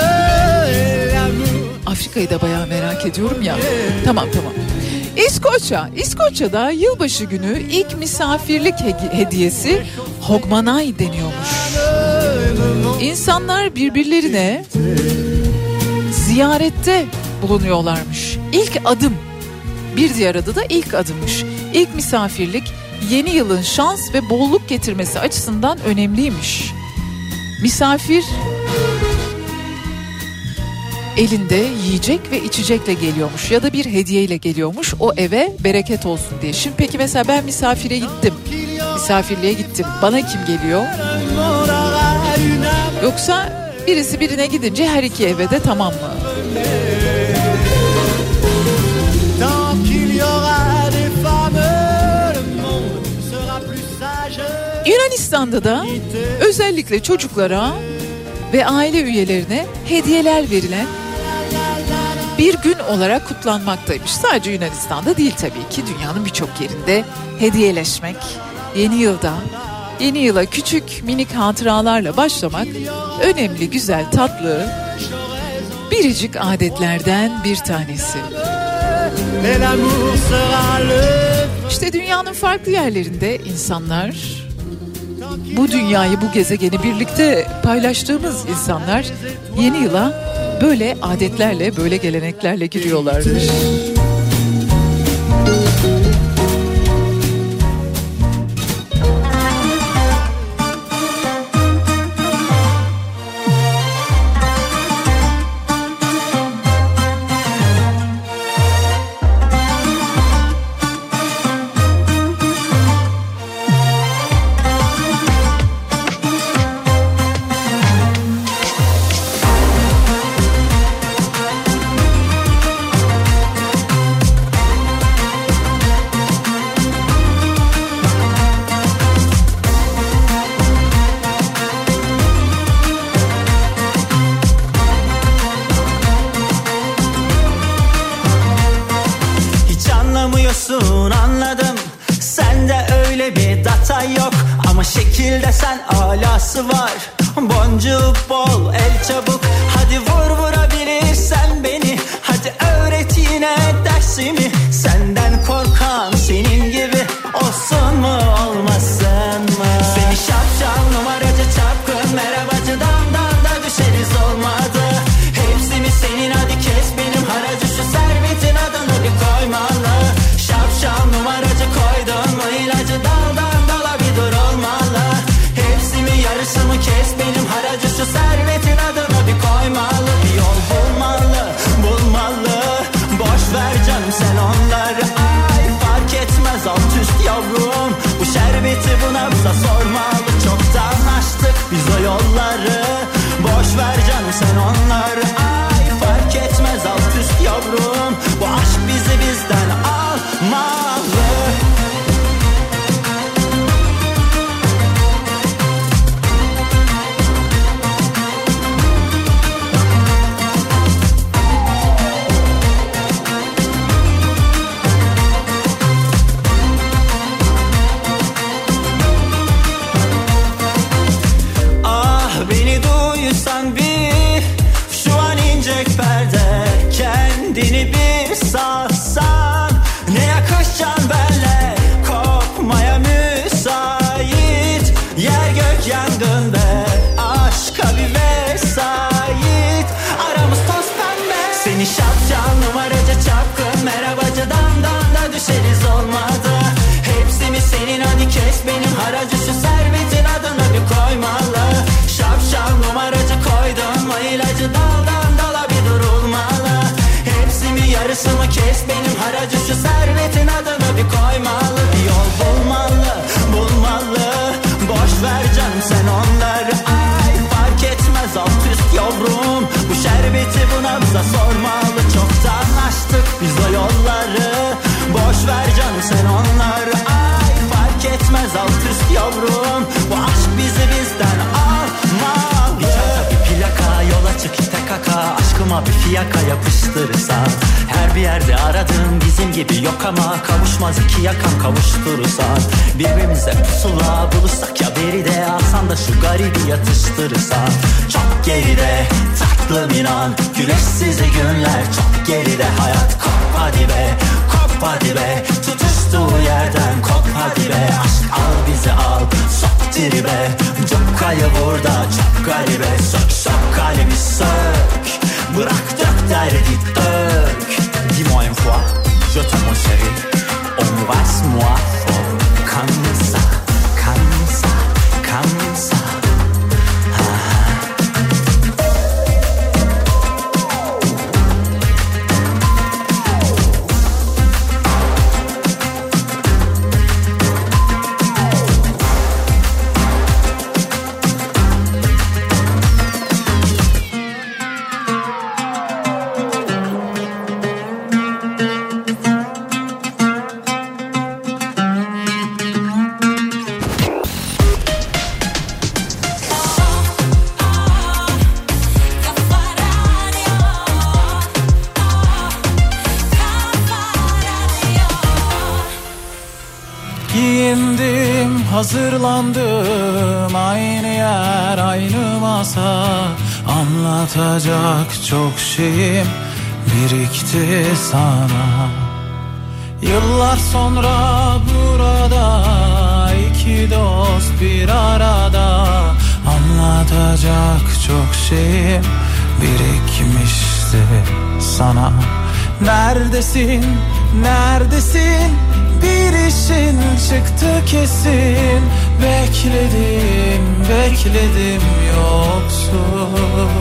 Afrika'yı da bayağı merak ediyorum ya. Tamam tamam. İskoçya. İskoçya'da yılbaşı günü ilk misafirlik hediyesi Hogmanay deniyormuş. İnsanlar birbirlerine ziyarette bulunuyorlarmış. İlk adım. Bir diğer adı da ilk adımmış. İlk misafirlik yeni yılın şans ve bolluk getirmesi açısından önemliymiş. Misafir elinde yiyecek ve içecekle geliyormuş ya da bir hediyeyle geliyormuş o eve bereket olsun diye. Şimdi peki mesela ben misafire gittim. Misafirliğe gittim. Bana kim geliyor? Yoksa birisi birine gidince her iki eve de tamam mı? Yunanistan'da da özellikle çocuklara ve aile üyelerine hediyeler verilen bir gün olarak kutlanmaktaymış. Sadece Yunanistan'da değil tabii ki, dünyanın birçok yerinde hediyeleşmek, yeni yılda, yeni yıla küçük minik hatıralarla başlamak önemli, güzel, tatlı, biricik adetlerden bir tanesi. İşte dünyanın farklı yerlerinde insanlar, bu dünyayı, bu gezegeni birlikte paylaştığımız insanlar yeni yıla böyle adetlerle, böyle geleneklerle giriyorlarmış. şekilde sen alası var. Boncuğu bol el çabuk. Hadi vur vurabilirsen beni. Hadi öğret yine dersimi. Senden korkan senin gibi olsun mu olmasın mı? Seni şapşal numaracı çapkın merhabacı damdan da düşeriz olmadı. Hepsi mi senin hadi kes benim haracı şu servetin adını bir koymalı. Şapşal numaracı koydun mu ilacı daldan dala bir dur olmalı. Hepsi mi yarısı mı kes benim haracı şu servetin adını bir koymalı. Bir yol bulmalı bulmalı. Boş ver canım sen onları ay fark etmez alt üst yavrum. Bu şerbeti buna bize sormalı. Çoktan açtık biz o yolları. Boş ver canım sen onları ay fark etmez alt üst yavrum. Bu aşk bizi bizden almalı. Kendini bir salsan ne yakışacaksın benle. Kopmaya müsait yer gök yangın be. Aşka bir vesait aramız toz pembe. Seni şapşal numaracı çapkın merhabacı damdan da düşeriz olmadı. Hepsi mi senin hadi kes benim haracı şu servetin adını bir koymalı. Şapşal numaracı koydun mu ilacı daldan dala bir durulmalı. Yarısı mı kes benim haracı şu servetin adını bir koymalı. Bir yol bulmalı bulmalı. Boş ver canım sen onları ay fark etmez alt üst yavrum. Bu şerbeti buna bize sormalı. Çoktan açtık biz o yolları. Boş ver canım sen onları ay fark etmez alt üst yavrum. Bu aşk bizi bizden almalı. Bir çanta bir plaka yola çık ite kaka. Aşkıma bir fiyaka yapıştırırsan. Her bir yerde aradığım bizim gibi yok ama kavuşmaz iki yakam kavuşturursan. Birbirimize pusula buluşsak ya beride alsan da şu garibi yatıştırırsan. Çok geride tatlım inan güneşsiz günler çok geride hayat kop hadi be kop hadi be tutuştuğu yerden kop hadi be aşk al bizi al sok tribe cukkayı burada çok garibe sök sök kalemi sök bırak dök derdi dök. Dis-moi une fois, je t'aime mon chéri. Embrasse-moi fort, comme ça, comme ça, comme ça. Hazırlandım aynı yer aynı masa. Anlatacak çok şeyim birikti sana. Yıllar sonra burada iki dost bir arada. Anlatacak çok şeyim birikmişti sana. Neredesin, neredesin? Bir işin çıktı kesin. Bekledim, bekledim yoksun.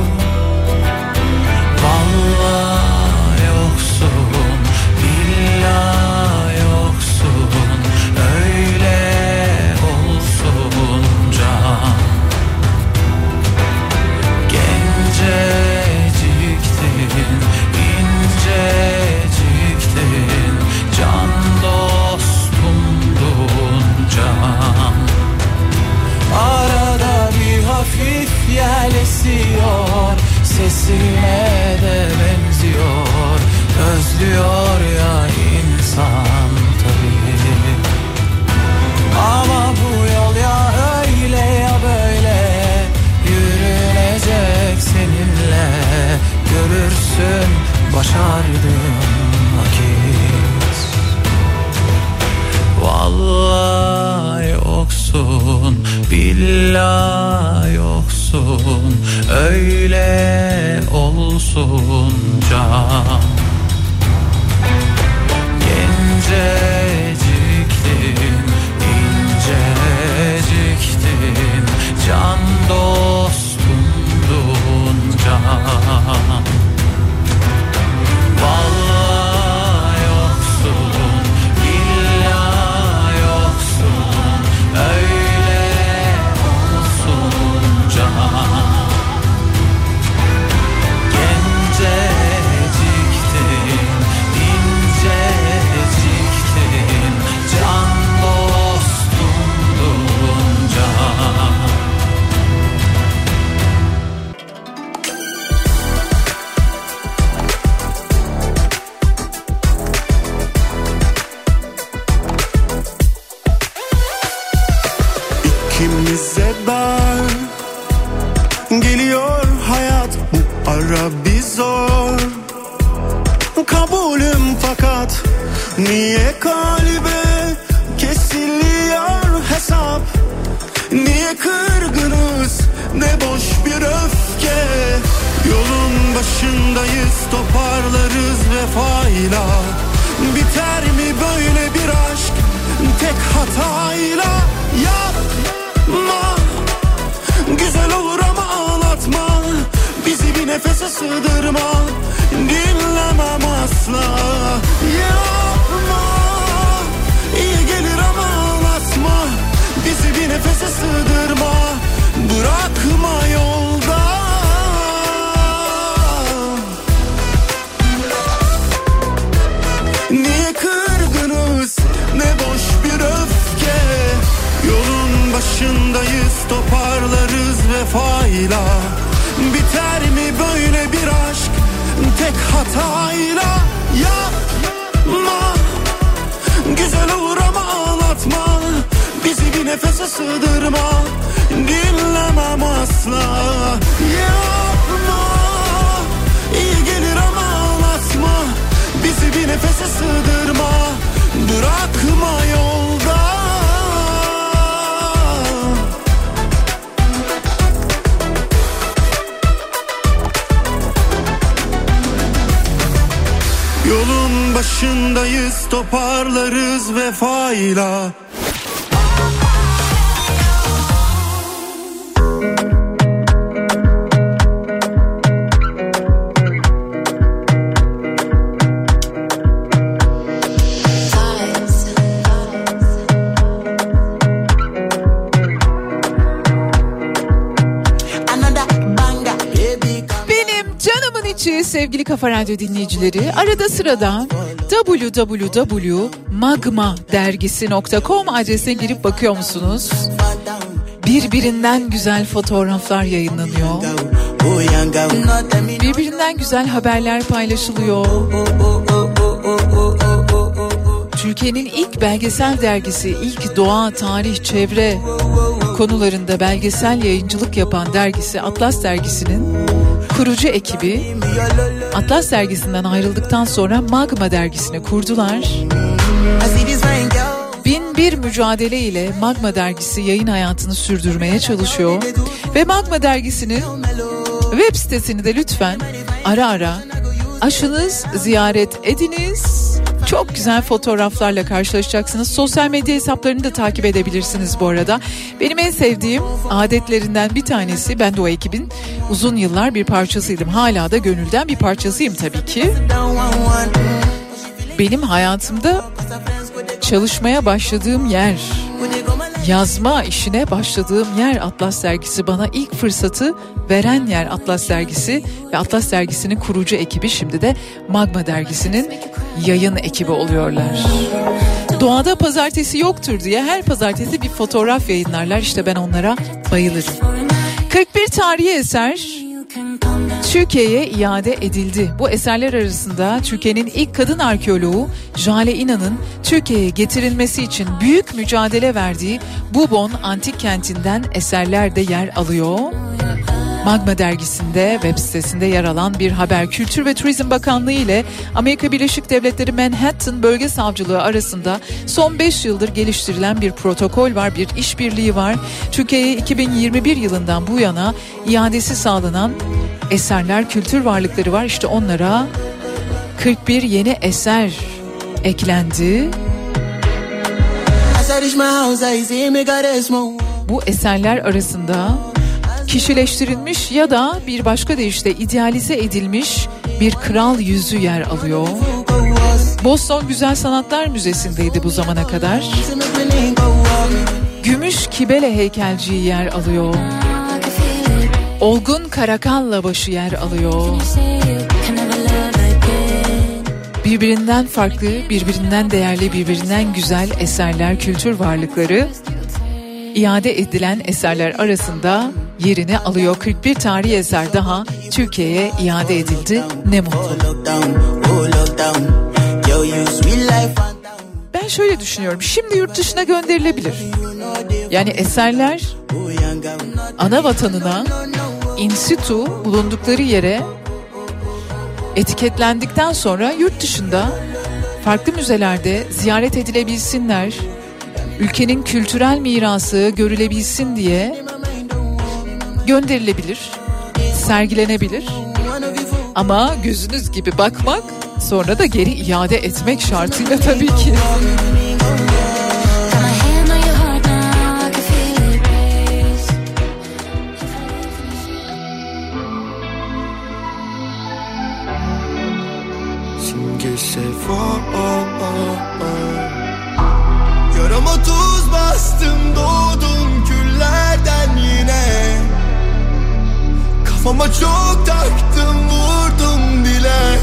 Vallahi yoksun, billahi yoksun. Öyle olsun can. Genceciktin, inceciktin. Can dostumdun can. Arada bir hafif yel esiyor. Sesine de benziyor. Özlüyor ya insan tabii. Ama bu yol ya öyle olsun, öyle olsun can. Genceciktin, inceciktin, can dostumdun can. Vallahi yoksun, illa yoksun, öyle olsun can. Genceciktin, inceciktin, can dostumdun can. İkimize dar geliyor hayat, bu ara bir zor. Kabulüm fakat niye kalbe kesiliyor hesap? Niye kırgınız, ne boş bir öfke? Yolun başındayız, toparlarız vefayla. Biter mi böyle bir aşk tek hatayla? Yapma, güzel olur ama ağlatma. Bizi bir nefese sığdırma, dinlemem asla. Yapma, iyi gelir ama ağlatma. Bizi bir nefese sığdırma, bırakma yolda. Niye kırgınız, ne boş bir öfke? Yolun başındayız, toparlarız vefayla. Biter mi böyle bir aşk tek hatayla? Yapma, güzel olur ama ağlatma. Bizi bir nefese sığdırma, dinlemem asla. Yapma, iyi gelir ama ağlatma. Bizi bir nefese sığdırma, bırakma yolda. Yolun başındayız, toparlarız vefayla. Sevgili Kafa Radyo dinleyicileri, arada sırada double-u double-u double-u nokta magma dergisi nokta com adresine girip bakıyor musunuz? Birbirinden güzel fotoğraflar yayınlanıyor. Birbirinden güzel haberler paylaşılıyor. Türkiye'nin ilk belgesel dergisi, ilk doğa, tarih, çevre konularında belgesel yayıncılık yapan dergisi Atlas Dergisi'nin kurucu ekibi Atlas Dergisi'nden ayrıldıktan sonra Magma Dergisi'ni kurdular. Bin bir mücadele ile Magma Dergisi yayın hayatını sürdürmeye çalışıyor. Ve Magma Dergisi'nin web sitesini de lütfen ara ara aşınız, ziyaret ediniz. Çok güzel fotoğraflarla karşılaşacaksınız. Sosyal medya hesaplarını da takip edebilirsiniz bu arada. Benim en sevdiğim adetlerinden bir tanesi, ben de o ekibin uzun yıllar bir parçasıydım. Hala da gönülden bir parçasıyım tabii ki. Benim hayatımda çalışmaya başladığım yer, yazma işine başladığım yer Atlas Dergisi. Bana ilk fırsatı veren yer Atlas Dergisi ve Atlas Dergisi'nin kurucu ekibi şimdi de Magma Dergisi'nin yayın ekibi oluyorlar. Doğada pazartesi yoktur diye her pazartesi bir fotoğraf yayınlarlar. İşte ben onlara bayılırım. kırk bir tarihi eser Türkiye'ye iade edildi. Bu eserler arasında Türkiye'nin ilk kadın arkeoloğu Jale İnan'ın Türkiye'ye getirilmesi için büyük mücadele verdiği Bubon antik kentinden eserler de yer alıyor. Magma dergisinde web sitesinde yer alan bir haber. Kültür ve Turizm Bakanlığı ile Amerika Birleşik Devletleri Manhattan Bölge Savcılığı arasında son beş yıldır geliştirilen bir protokol var, bir işbirliği var. Türkiye'ye iki bin yirmi bir yılından bu yana iadesi sağlanan eserler, kültür varlıkları var. İşte onlara kırk bir yeni eser eklendi. Bu eserler arasında kişileştirilmiş ya da bir başka deyişle idealize edilmiş bir kral yüzü yer alıyor. Boston Güzel Sanatlar Müzesi'ndeydi bu zamana kadar. Gümüş Kibele heykelciği yer alıyor. Olgun Karakalla başı yer alıyor. Birbirinden farklı, birbirinden değerli, birbirinden güzel eserler, kültür varlıkları iade edilen eserler arasında yerini alıyor. kırk bir tarihi eser daha Türkiye'ye iade edildi. Ne mutlu. Ben şöyle düşünüyorum. Şimdi yurt dışına gönderilebilir. Yani eserler ana vatanına, in situ bulundukları yere etiketlendikten sonra yurt dışında farklı müzelerde ziyaret edilebilsinler, ülkenin kültürel mirası görülebilsin diye gönderilebilir, sergilenebilir. Ama gözünüz gibi bakmak, sonra da geri iade etmek şartıyla tabii ki. Yarama tuz bastım, doğdum küllerden yine. Kafama çok taktım, vurdum bile.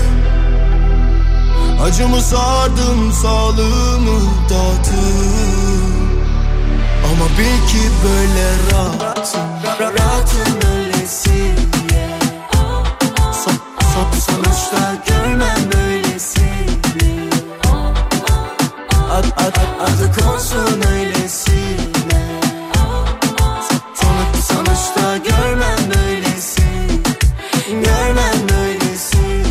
Acımı sardım, sağlığımı dağıttım. Ama bil ki böyle rahatım, rahatım öylesiye. Son, son, sonuçta görmem böylesini. Ad, ad, ad, adı konsun öylesine. Sonuç, sonuçta görmem böylesini. Görmem böylesini.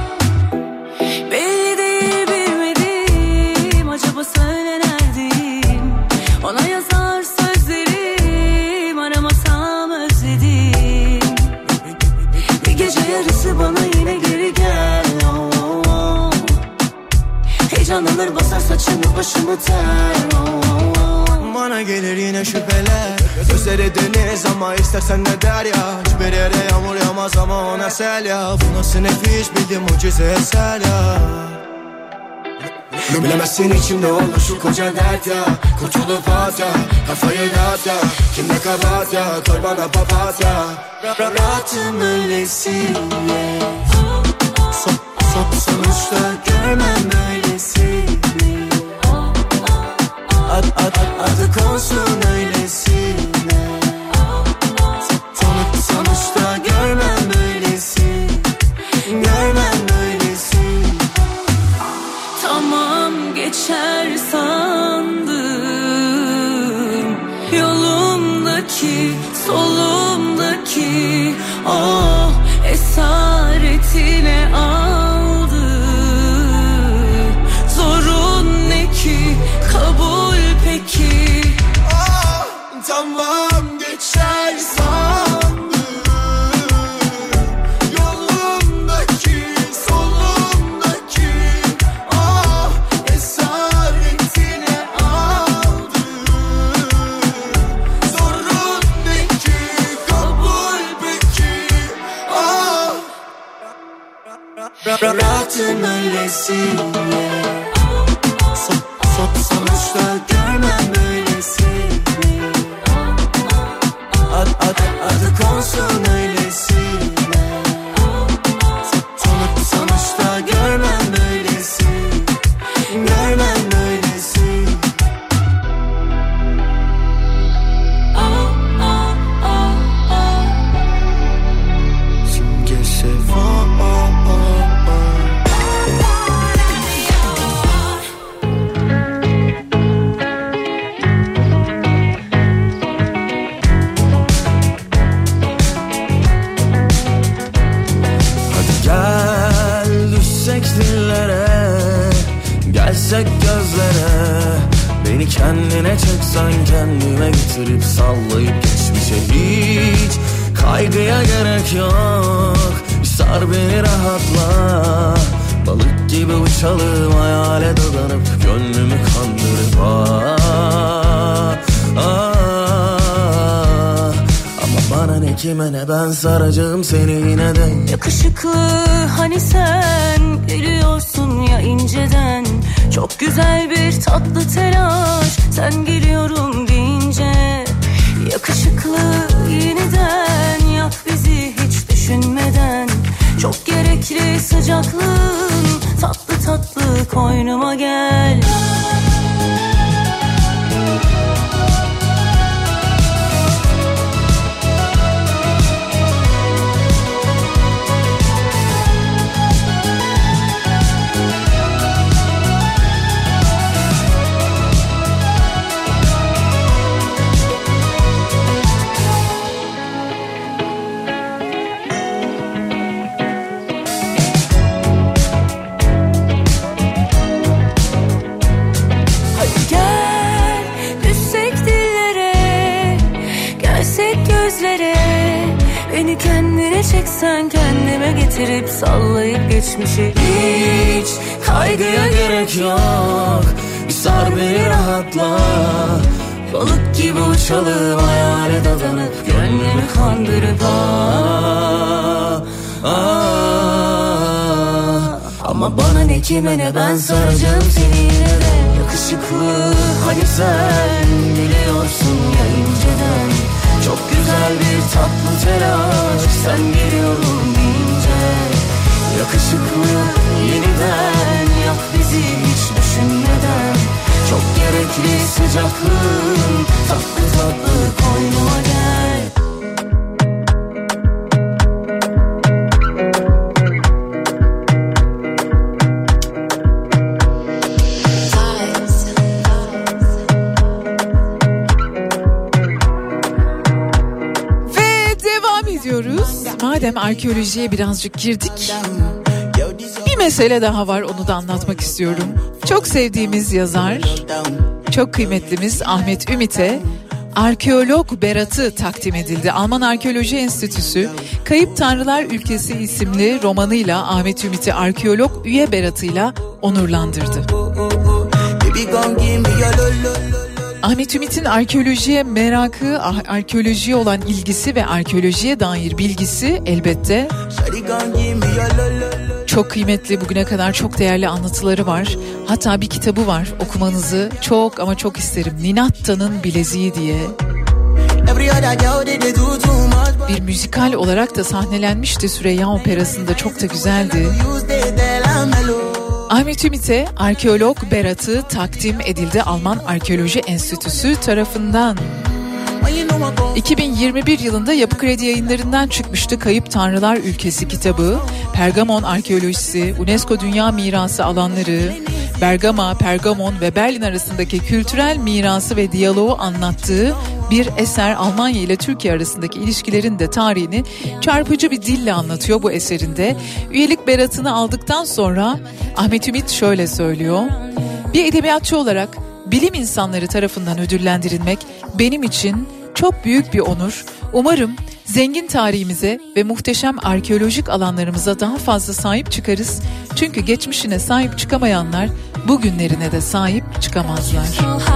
Belli değil bilmediğim, acaba söylenerdin. Ona yazar sözlerim, aramasam özledim. Bir gece yarısı bana yine geri gel. Oh, oh. Heyecanlanır basar saçımı başımı ter. Oh, oh. Bana gelir yine şüpheler. Gözleri deniz ama istersen ne der ya. Hiçbir yere yağmur yağmaz ama ona sel ya. Bu nasıl nefis bildim mucize eser ya. Bilemezsin içimde olur şu koca dert ya. Kurtulup at ya, kafayı dağıt ya. Kim ne kabahat ya, koy bana papatya. Rahatım öylesiye. Son, son, sonuçta görmem böylesini. Ad, ad, ad, adı konsun öylesine. Sonuç, sonuçta görmem böylesini. Görmem böylesini. Tamam geçer sandım, yolumdaki, solumdaki o esaretine aldı. Zorun ne ki, kabul peki. Ah, tamam geçer sandım, yolumdaki, solumdaki ah esaretine aldı. Zorun ne ki, kabul peki. Ah, rahatım öylesiye. Son, son, sonuçta görmem böylesini. Ad, ad, adı konsun öylesine. Sonuç, sonuçta görmem böylesini. Görmem böylesini. Simge Sefa. dillere, gelsek gözlere. Beni kendine çeksen kendime getirip sallayıp geçmişe hiç kaygıya gerek yok. Sar beni rahatla, balık gibi uçalım hayale dadanıp gönlümü kandırıp ah, ah. Ama bana ne kime ne ben saracağım seni yine de. Yakışıklı hani sen gülüyorsun ya inceden. Çok güzel bir tatlı telaş sen geliyorum deyince. Yakışıklı yeniden yak bizi hiç düşünmeden. Çok gerekli sıcaklığın tatlı tatlı koynuma gel. Beni kendine çeksen kendime getirip sallayıp geçmişi hiç kaygıya gerek yok. Bir sar beni rahatla, balık gibi uçalım hayale dadanıp gönlümü kandırıp ah, ah. Ama bana ne kime ne ben saracağım seni yine de. Yakışıklı hani sen biliyorsun ya inceden. Çok güzel bir tatlı telaş sen geliyorum deyince. Yakışıklı yeniden yak bizi hiç düşünmeden. Çok gerekli sıcaklığın tatlı tatlı koynuma gel. Madem arkeolojiye birazcık girdik, bir mesele daha var, onu da anlatmak istiyorum. Çok sevdiğimiz yazar, çok kıymetlimiz Ahmet Ümit'e Arkeolog Berat'ı takdim edildi. Alman Arkeoloji Enstitüsü Kayıp Tanrılar Ülkesi isimli romanıyla Ahmet Ümit'i arkeolog üye Berat'ıyla onurlandırdı. Ahmet Ümit'in arkeolojiye merakı, arkeolojiye olan ilgisi ve arkeolojiye dair bilgisi elbette çok kıymetli. Bugüne kadar çok değerli anlatıları var. Hatta bir kitabı var, okumanızı çok ama çok isterim. Ninatta'nın Bileziği diye. Bir müzikal olarak da sahnelenmişti Süreyya Operası'nda, çok da güzeldi. Ahmet Ümit'e Arkeolog Berat'ı takdim edildi Alman Arkeoloji Enstitüsü tarafından. iki bin yirmi bir yılında Yapı Kredi Yayınları'ndan çıkmıştı Kayıp Tanrılar Ülkesi kitabı. Pergamon arkeolojisi, UNESCO Dünya Mirası alanları, Bergama, Pergamon ve Berlin arasındaki kültürel mirası ve diyaloğu anlattığı bir eser. Almanya ile Türkiye arasındaki ilişkilerin de tarihini çarpıcı bir dille anlatıyor bu eserinde. Üyelik beratını aldıktan sonra Ahmet Ümit şöyle söylüyor: bir edebiyatçı olarak bilim insanları tarafından ödüllendirilmek benim için çok büyük bir onur. Umarım zengin tarihimize ve muhteşem arkeolojik alanlarımıza daha fazla sahip çıkarız. Çünkü geçmişine sahip çıkamayanlar bugünlerine de sahip çıkamazlar.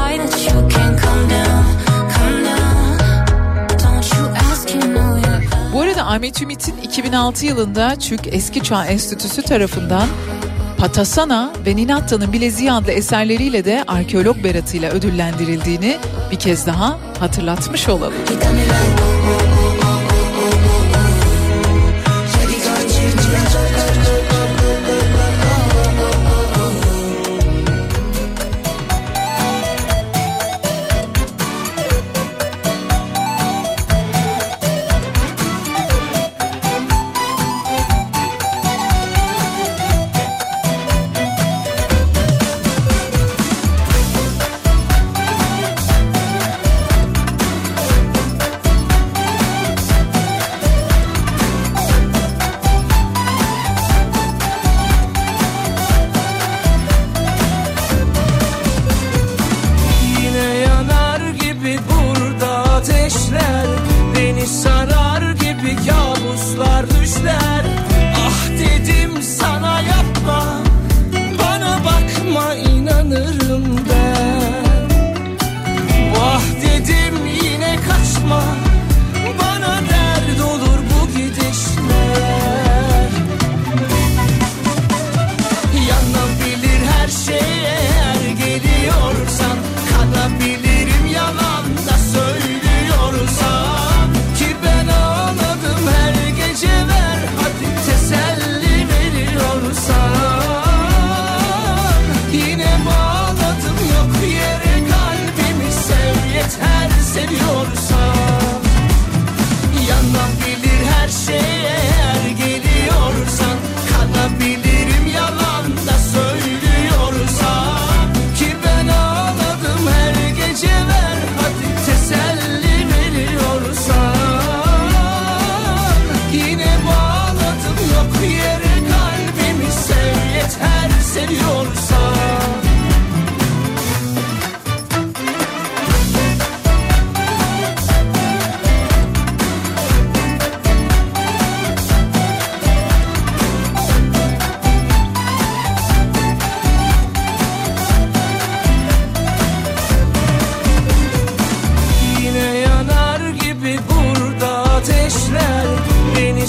Bu arada Ahmet Ümit'in iki bin altı yılında Türk Eski Çağ Enstitüsü tarafından Patasana ve Ninatta'nın Bileziği adlı eserleriyle de arkeolog beratıyla ödüllendirildiğini bir kez daha hatırlatmış olalım.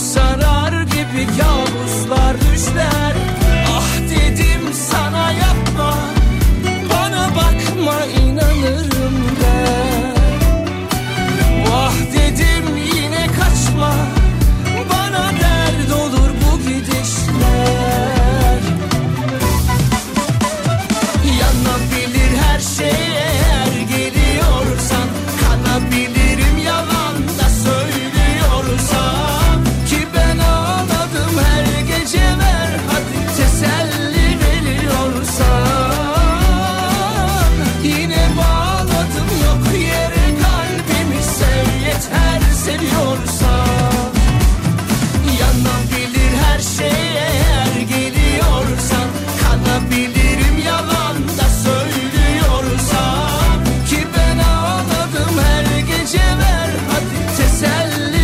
sarar gibi kabuslar düşler. Ah dedim sana yapma, bana bakma inanırım ben. Vah dedim yine kaçma, bana dert olur bu gidişler. Yanabilir her şey eğer geliyorsan, kanabilirim yalan da söylüyorsam. Ki ben ağladım her gece, ver hadi teselli veriyorsan. Yine bağladım yok yere kalbimi, sev yeter seviyorsan. Yanabilir her şey eğer geliyorsan, kanabilirim yalan da söylüyorsam. Ki ben ağladım her gece, ver hadi teselli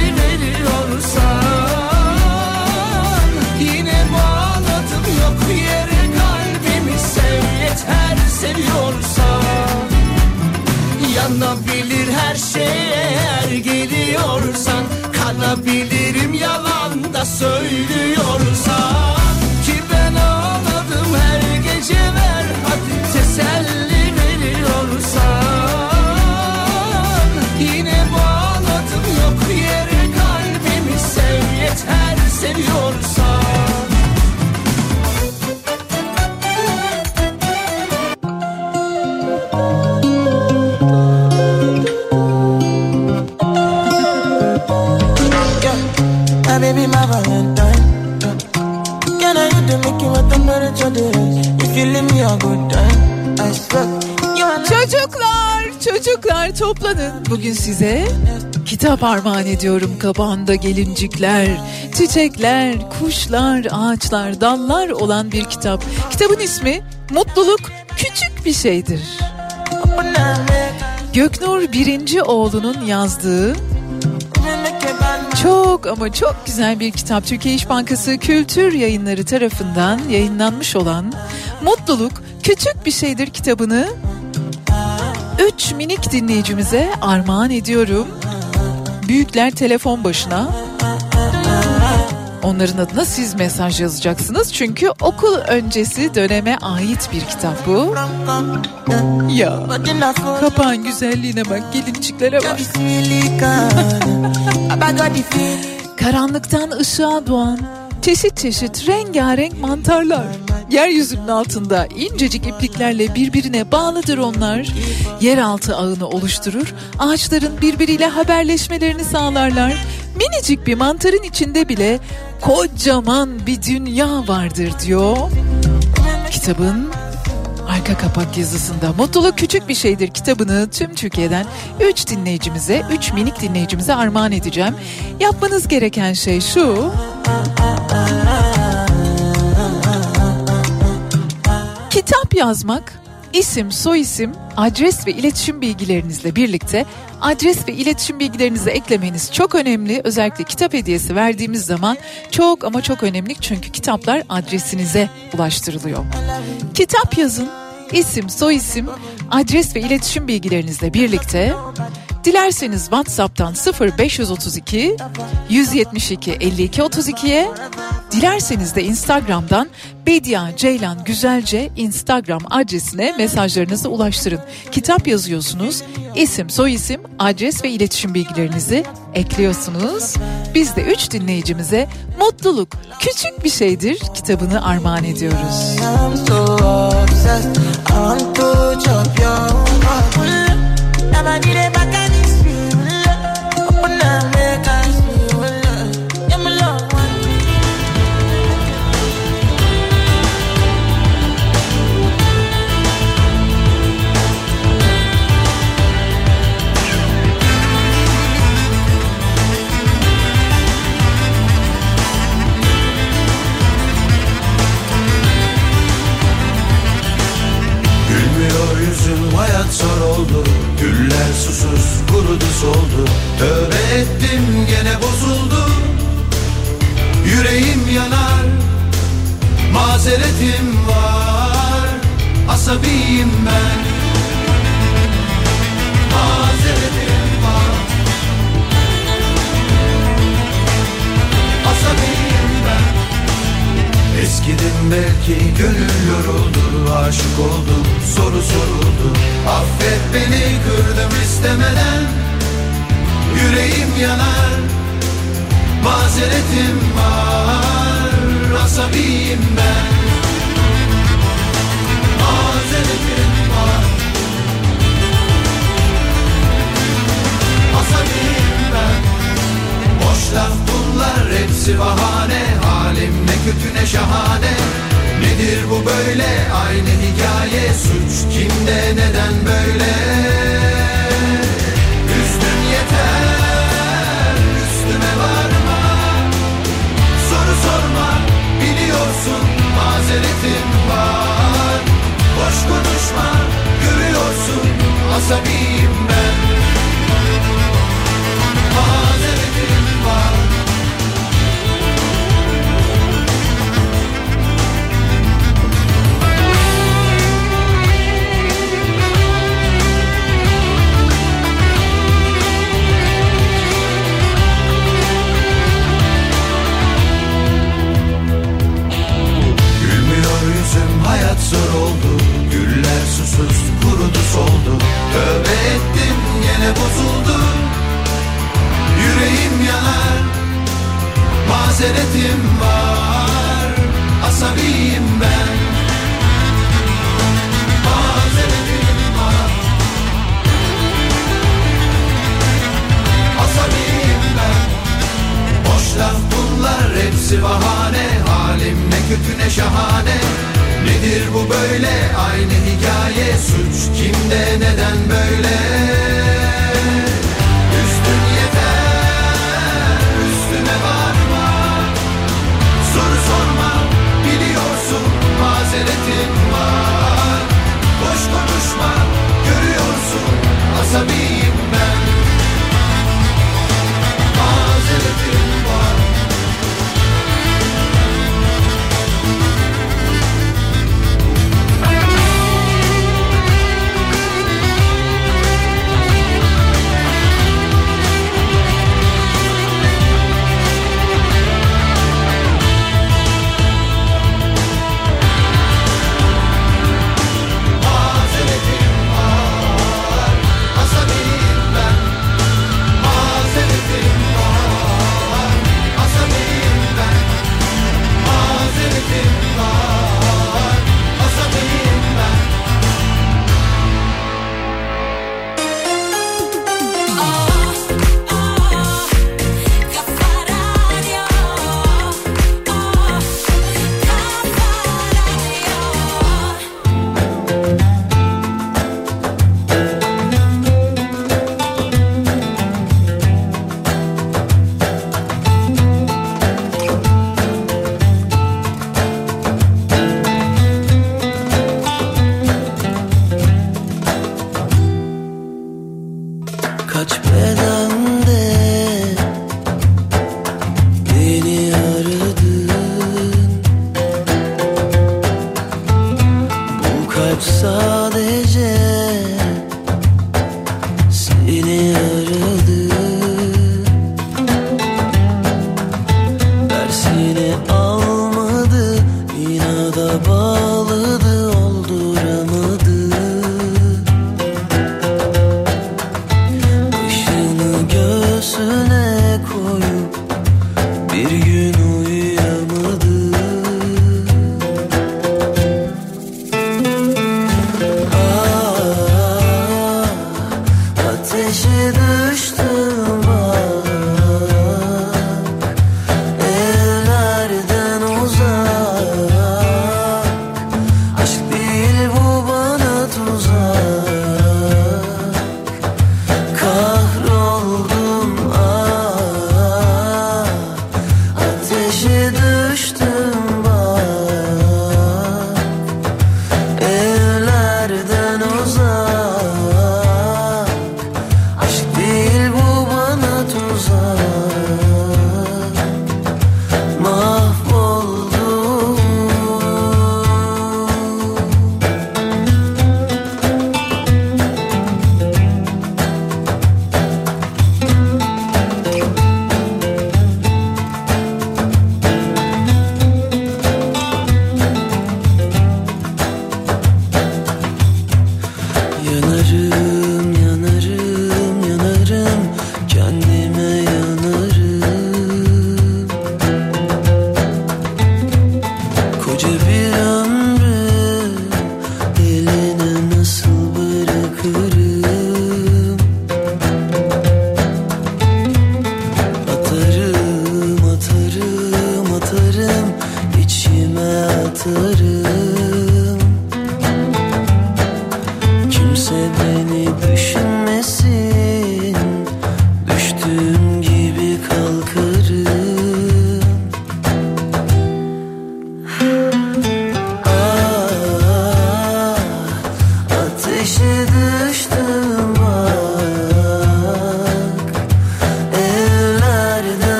veriyorsan. Yine bağladım yok yere kalbimi, sev yeter seviyorsan. Yanabilir her şey eğer geliyorsan, kanabilirim yalan da söylüyorsan. Ki ben ağladım her gece, ver hadi teselli veriyorsan. Yine bağladım yok yere kalbimi, sev yeter seviyorsan. My baby, my Valentine. Can I hit the Mickey with the temperature? If you leave me a good time, I swear. Çocuklar, çocuklar toplanın. Bugün size kitap armağan ediyorum. Kabağında gelincikler, çiçekler, kuşlar, ağaçlar, dallar olan bir kitap. Kitabın ismi Mutluluk Küçük Bir Şeydir. Göknur birinci oğlunun yazdığı çok ama çok güzel bir kitap. Türkiye İş Bankası Kültür Yayınları tarafından yayınlanmış olan Mutluluk Küçük Bir Şeydir kitabını üç minik dinleyicimize armağan ediyorum. Büyükler telefon başına. Onların adına siz mesaj yazacaksınız. Çünkü okul öncesi döneme ait bir kitap bu. Ya kapağın güzelliğine bak, gelinciklere bak. Karanlıktan ışığa doğan çeşit çeşit rengarenk mantarlar. Yeryüzünün altında incecik ipliklerle birbirine bağlıdır onlar. Yeraltı ağını oluşturur. Ağaçların birbiriyle haberleşmelerini sağlarlar. Minicik bir mantarın içinde bile kocaman bir dünya vardır diyor. Kitabın arka kapak yazısında. Mutluluk Küçük Bir Şeydir kitabını tüm Türkiye'den üç dinleyicimize, üç minik dinleyicimize armağan edeceğim. Yapmanız gereken şey şu: kitap yazmak, isim, soyisim, adres ve iletişim bilgilerinizle birlikte adres ve iletişim bilgilerinizi eklemeniz çok önemli. Özellikle kitap hediyesi verdiğimiz zaman çok ama çok önemli, çünkü kitaplar adresinize ulaştırılıyor. Kitap yazın, isim, soyisim, adres ve iletişim bilgilerinizle birlikte. Dilerseniz WhatsApp'tan sıfır beş otuz iki yüz yetmiş iki elli iki otuz iki'ye, dilerseniz de Instagram'dan Bedia Ceylan Güzelce Instagram adresine mesajlarınızı ulaştırın. Kitap yazıyorsunuz, isim, soyisim, adres ve iletişim bilgilerinizi ekliyorsunuz. Biz de üç dinleyicimize Mutluluk Küçük Bir Şeydir kitabını armağan ediyoruz. Hayat zor oldu, güller susuz kurudu soldu. Tövbe ettim gene bozuldu, yüreğim yanar. Mazeretim var, asabiyim ben. Mazeretim var, ki gönül yoruldu, aşık oldum, soru soruldu. Affet beni, kırdım istemeden, yüreğim yanar, mazeretim var, asabiyim ben. Mazeretim var, asabiyim ben. Boş laf bunlar, hepsi bahane, halim ne kötü ne şahane. Nedir bu böyle, aynı hikaye, suç kimde, neden böyle? Üstün yeter, üstüme varma, soru sorma, biliyorsun mazeretim var. Boş konuşma, görüyorsun asabiyim ben. Mazeretim var. Hayat zor oldu, güller susuz kurudu soldu. Tövbe ettim yine bozuldu, yüreğim yanar, mazeretim var, asabiyim ben. Mazeretim var, asabiyim ben. Boş laf bunlar, hepsi bahane, halim ne kötü ne şahane. Nedir bu böyle, aynı hikaye, suç kimde, neden böyle? Üstün yeter, üstüme varma, soru sorma, biliyorsun mazeretim var. Boş konuşma, görüyorsun asabiyim ben. Mazeretim var.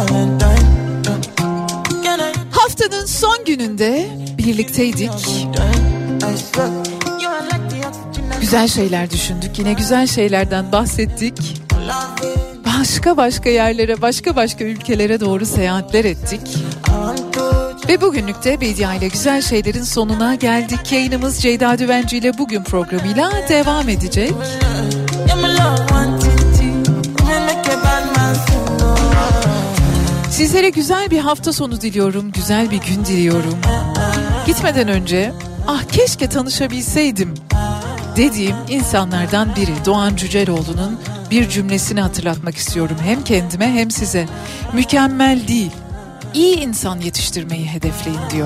Haftanın son gününde birlikteydik. Güzel şeyler düşündük. Yine güzel şeylerden bahsettik. Başka başka yerlere, başka başka ülkelere doğru seyahatler ettik. Ve bugünlük de Bedia ile güzel şeylerin sonuna geldik. Yayınımız Ceyda Düvenci ile bugün programıyla devam edecek. Sizlere güzel bir hafta sonu diliyorum, güzel bir gün diliyorum. Gitmeden önce, ah keşke tanışabilseydim dediğim insanlardan biri Doğan Cüceloğlu'nun bir cümlesini hatırlatmak istiyorum. Hem kendime hem size. Mükemmel değil, iyi insan yetiştirmeyi hedefleyin diyor.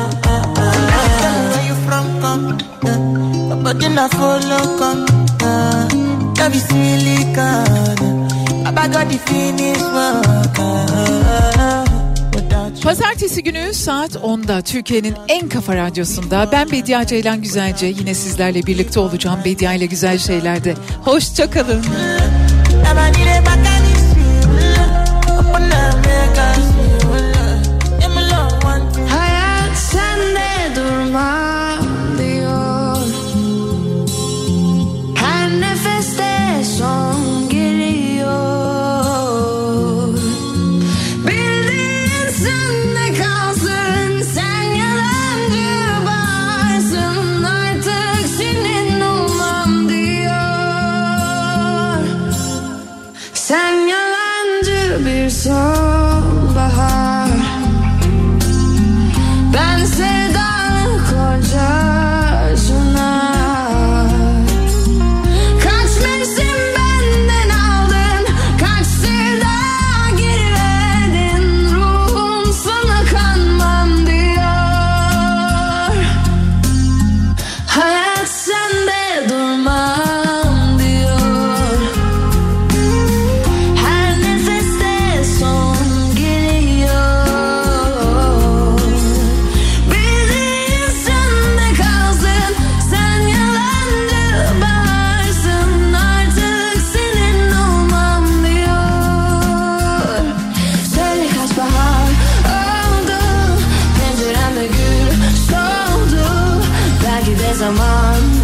Pazartesi günü saat onda Türkiye'nin en kafa radyosunda ben Bedia Ceylan Güzelce yine sizlerle birlikte olacağım. Bedia ile güzel şeylerde. Hoşça kalın. Hayat sende durma diyor. Her nefeste son geliyor. Bildiğin sende kalsın. Sen yalancı varsın. Artık senin olmam diyor. Sen yalancı bir sonbahar. Ben sevdalı kocasına. Kaç mevsim benden aldın. Kaç sevda geri verdin. Ruhum sana kanmam diyor. Hayat sende durmam diyor. Her nefeste son geliyor. Bildiğin sende kalsın. Sen yalancı varsın. Artık senin olmam diyor. Söyle kaç bahar oldu. Penceremde gül soldu. Belki de zaman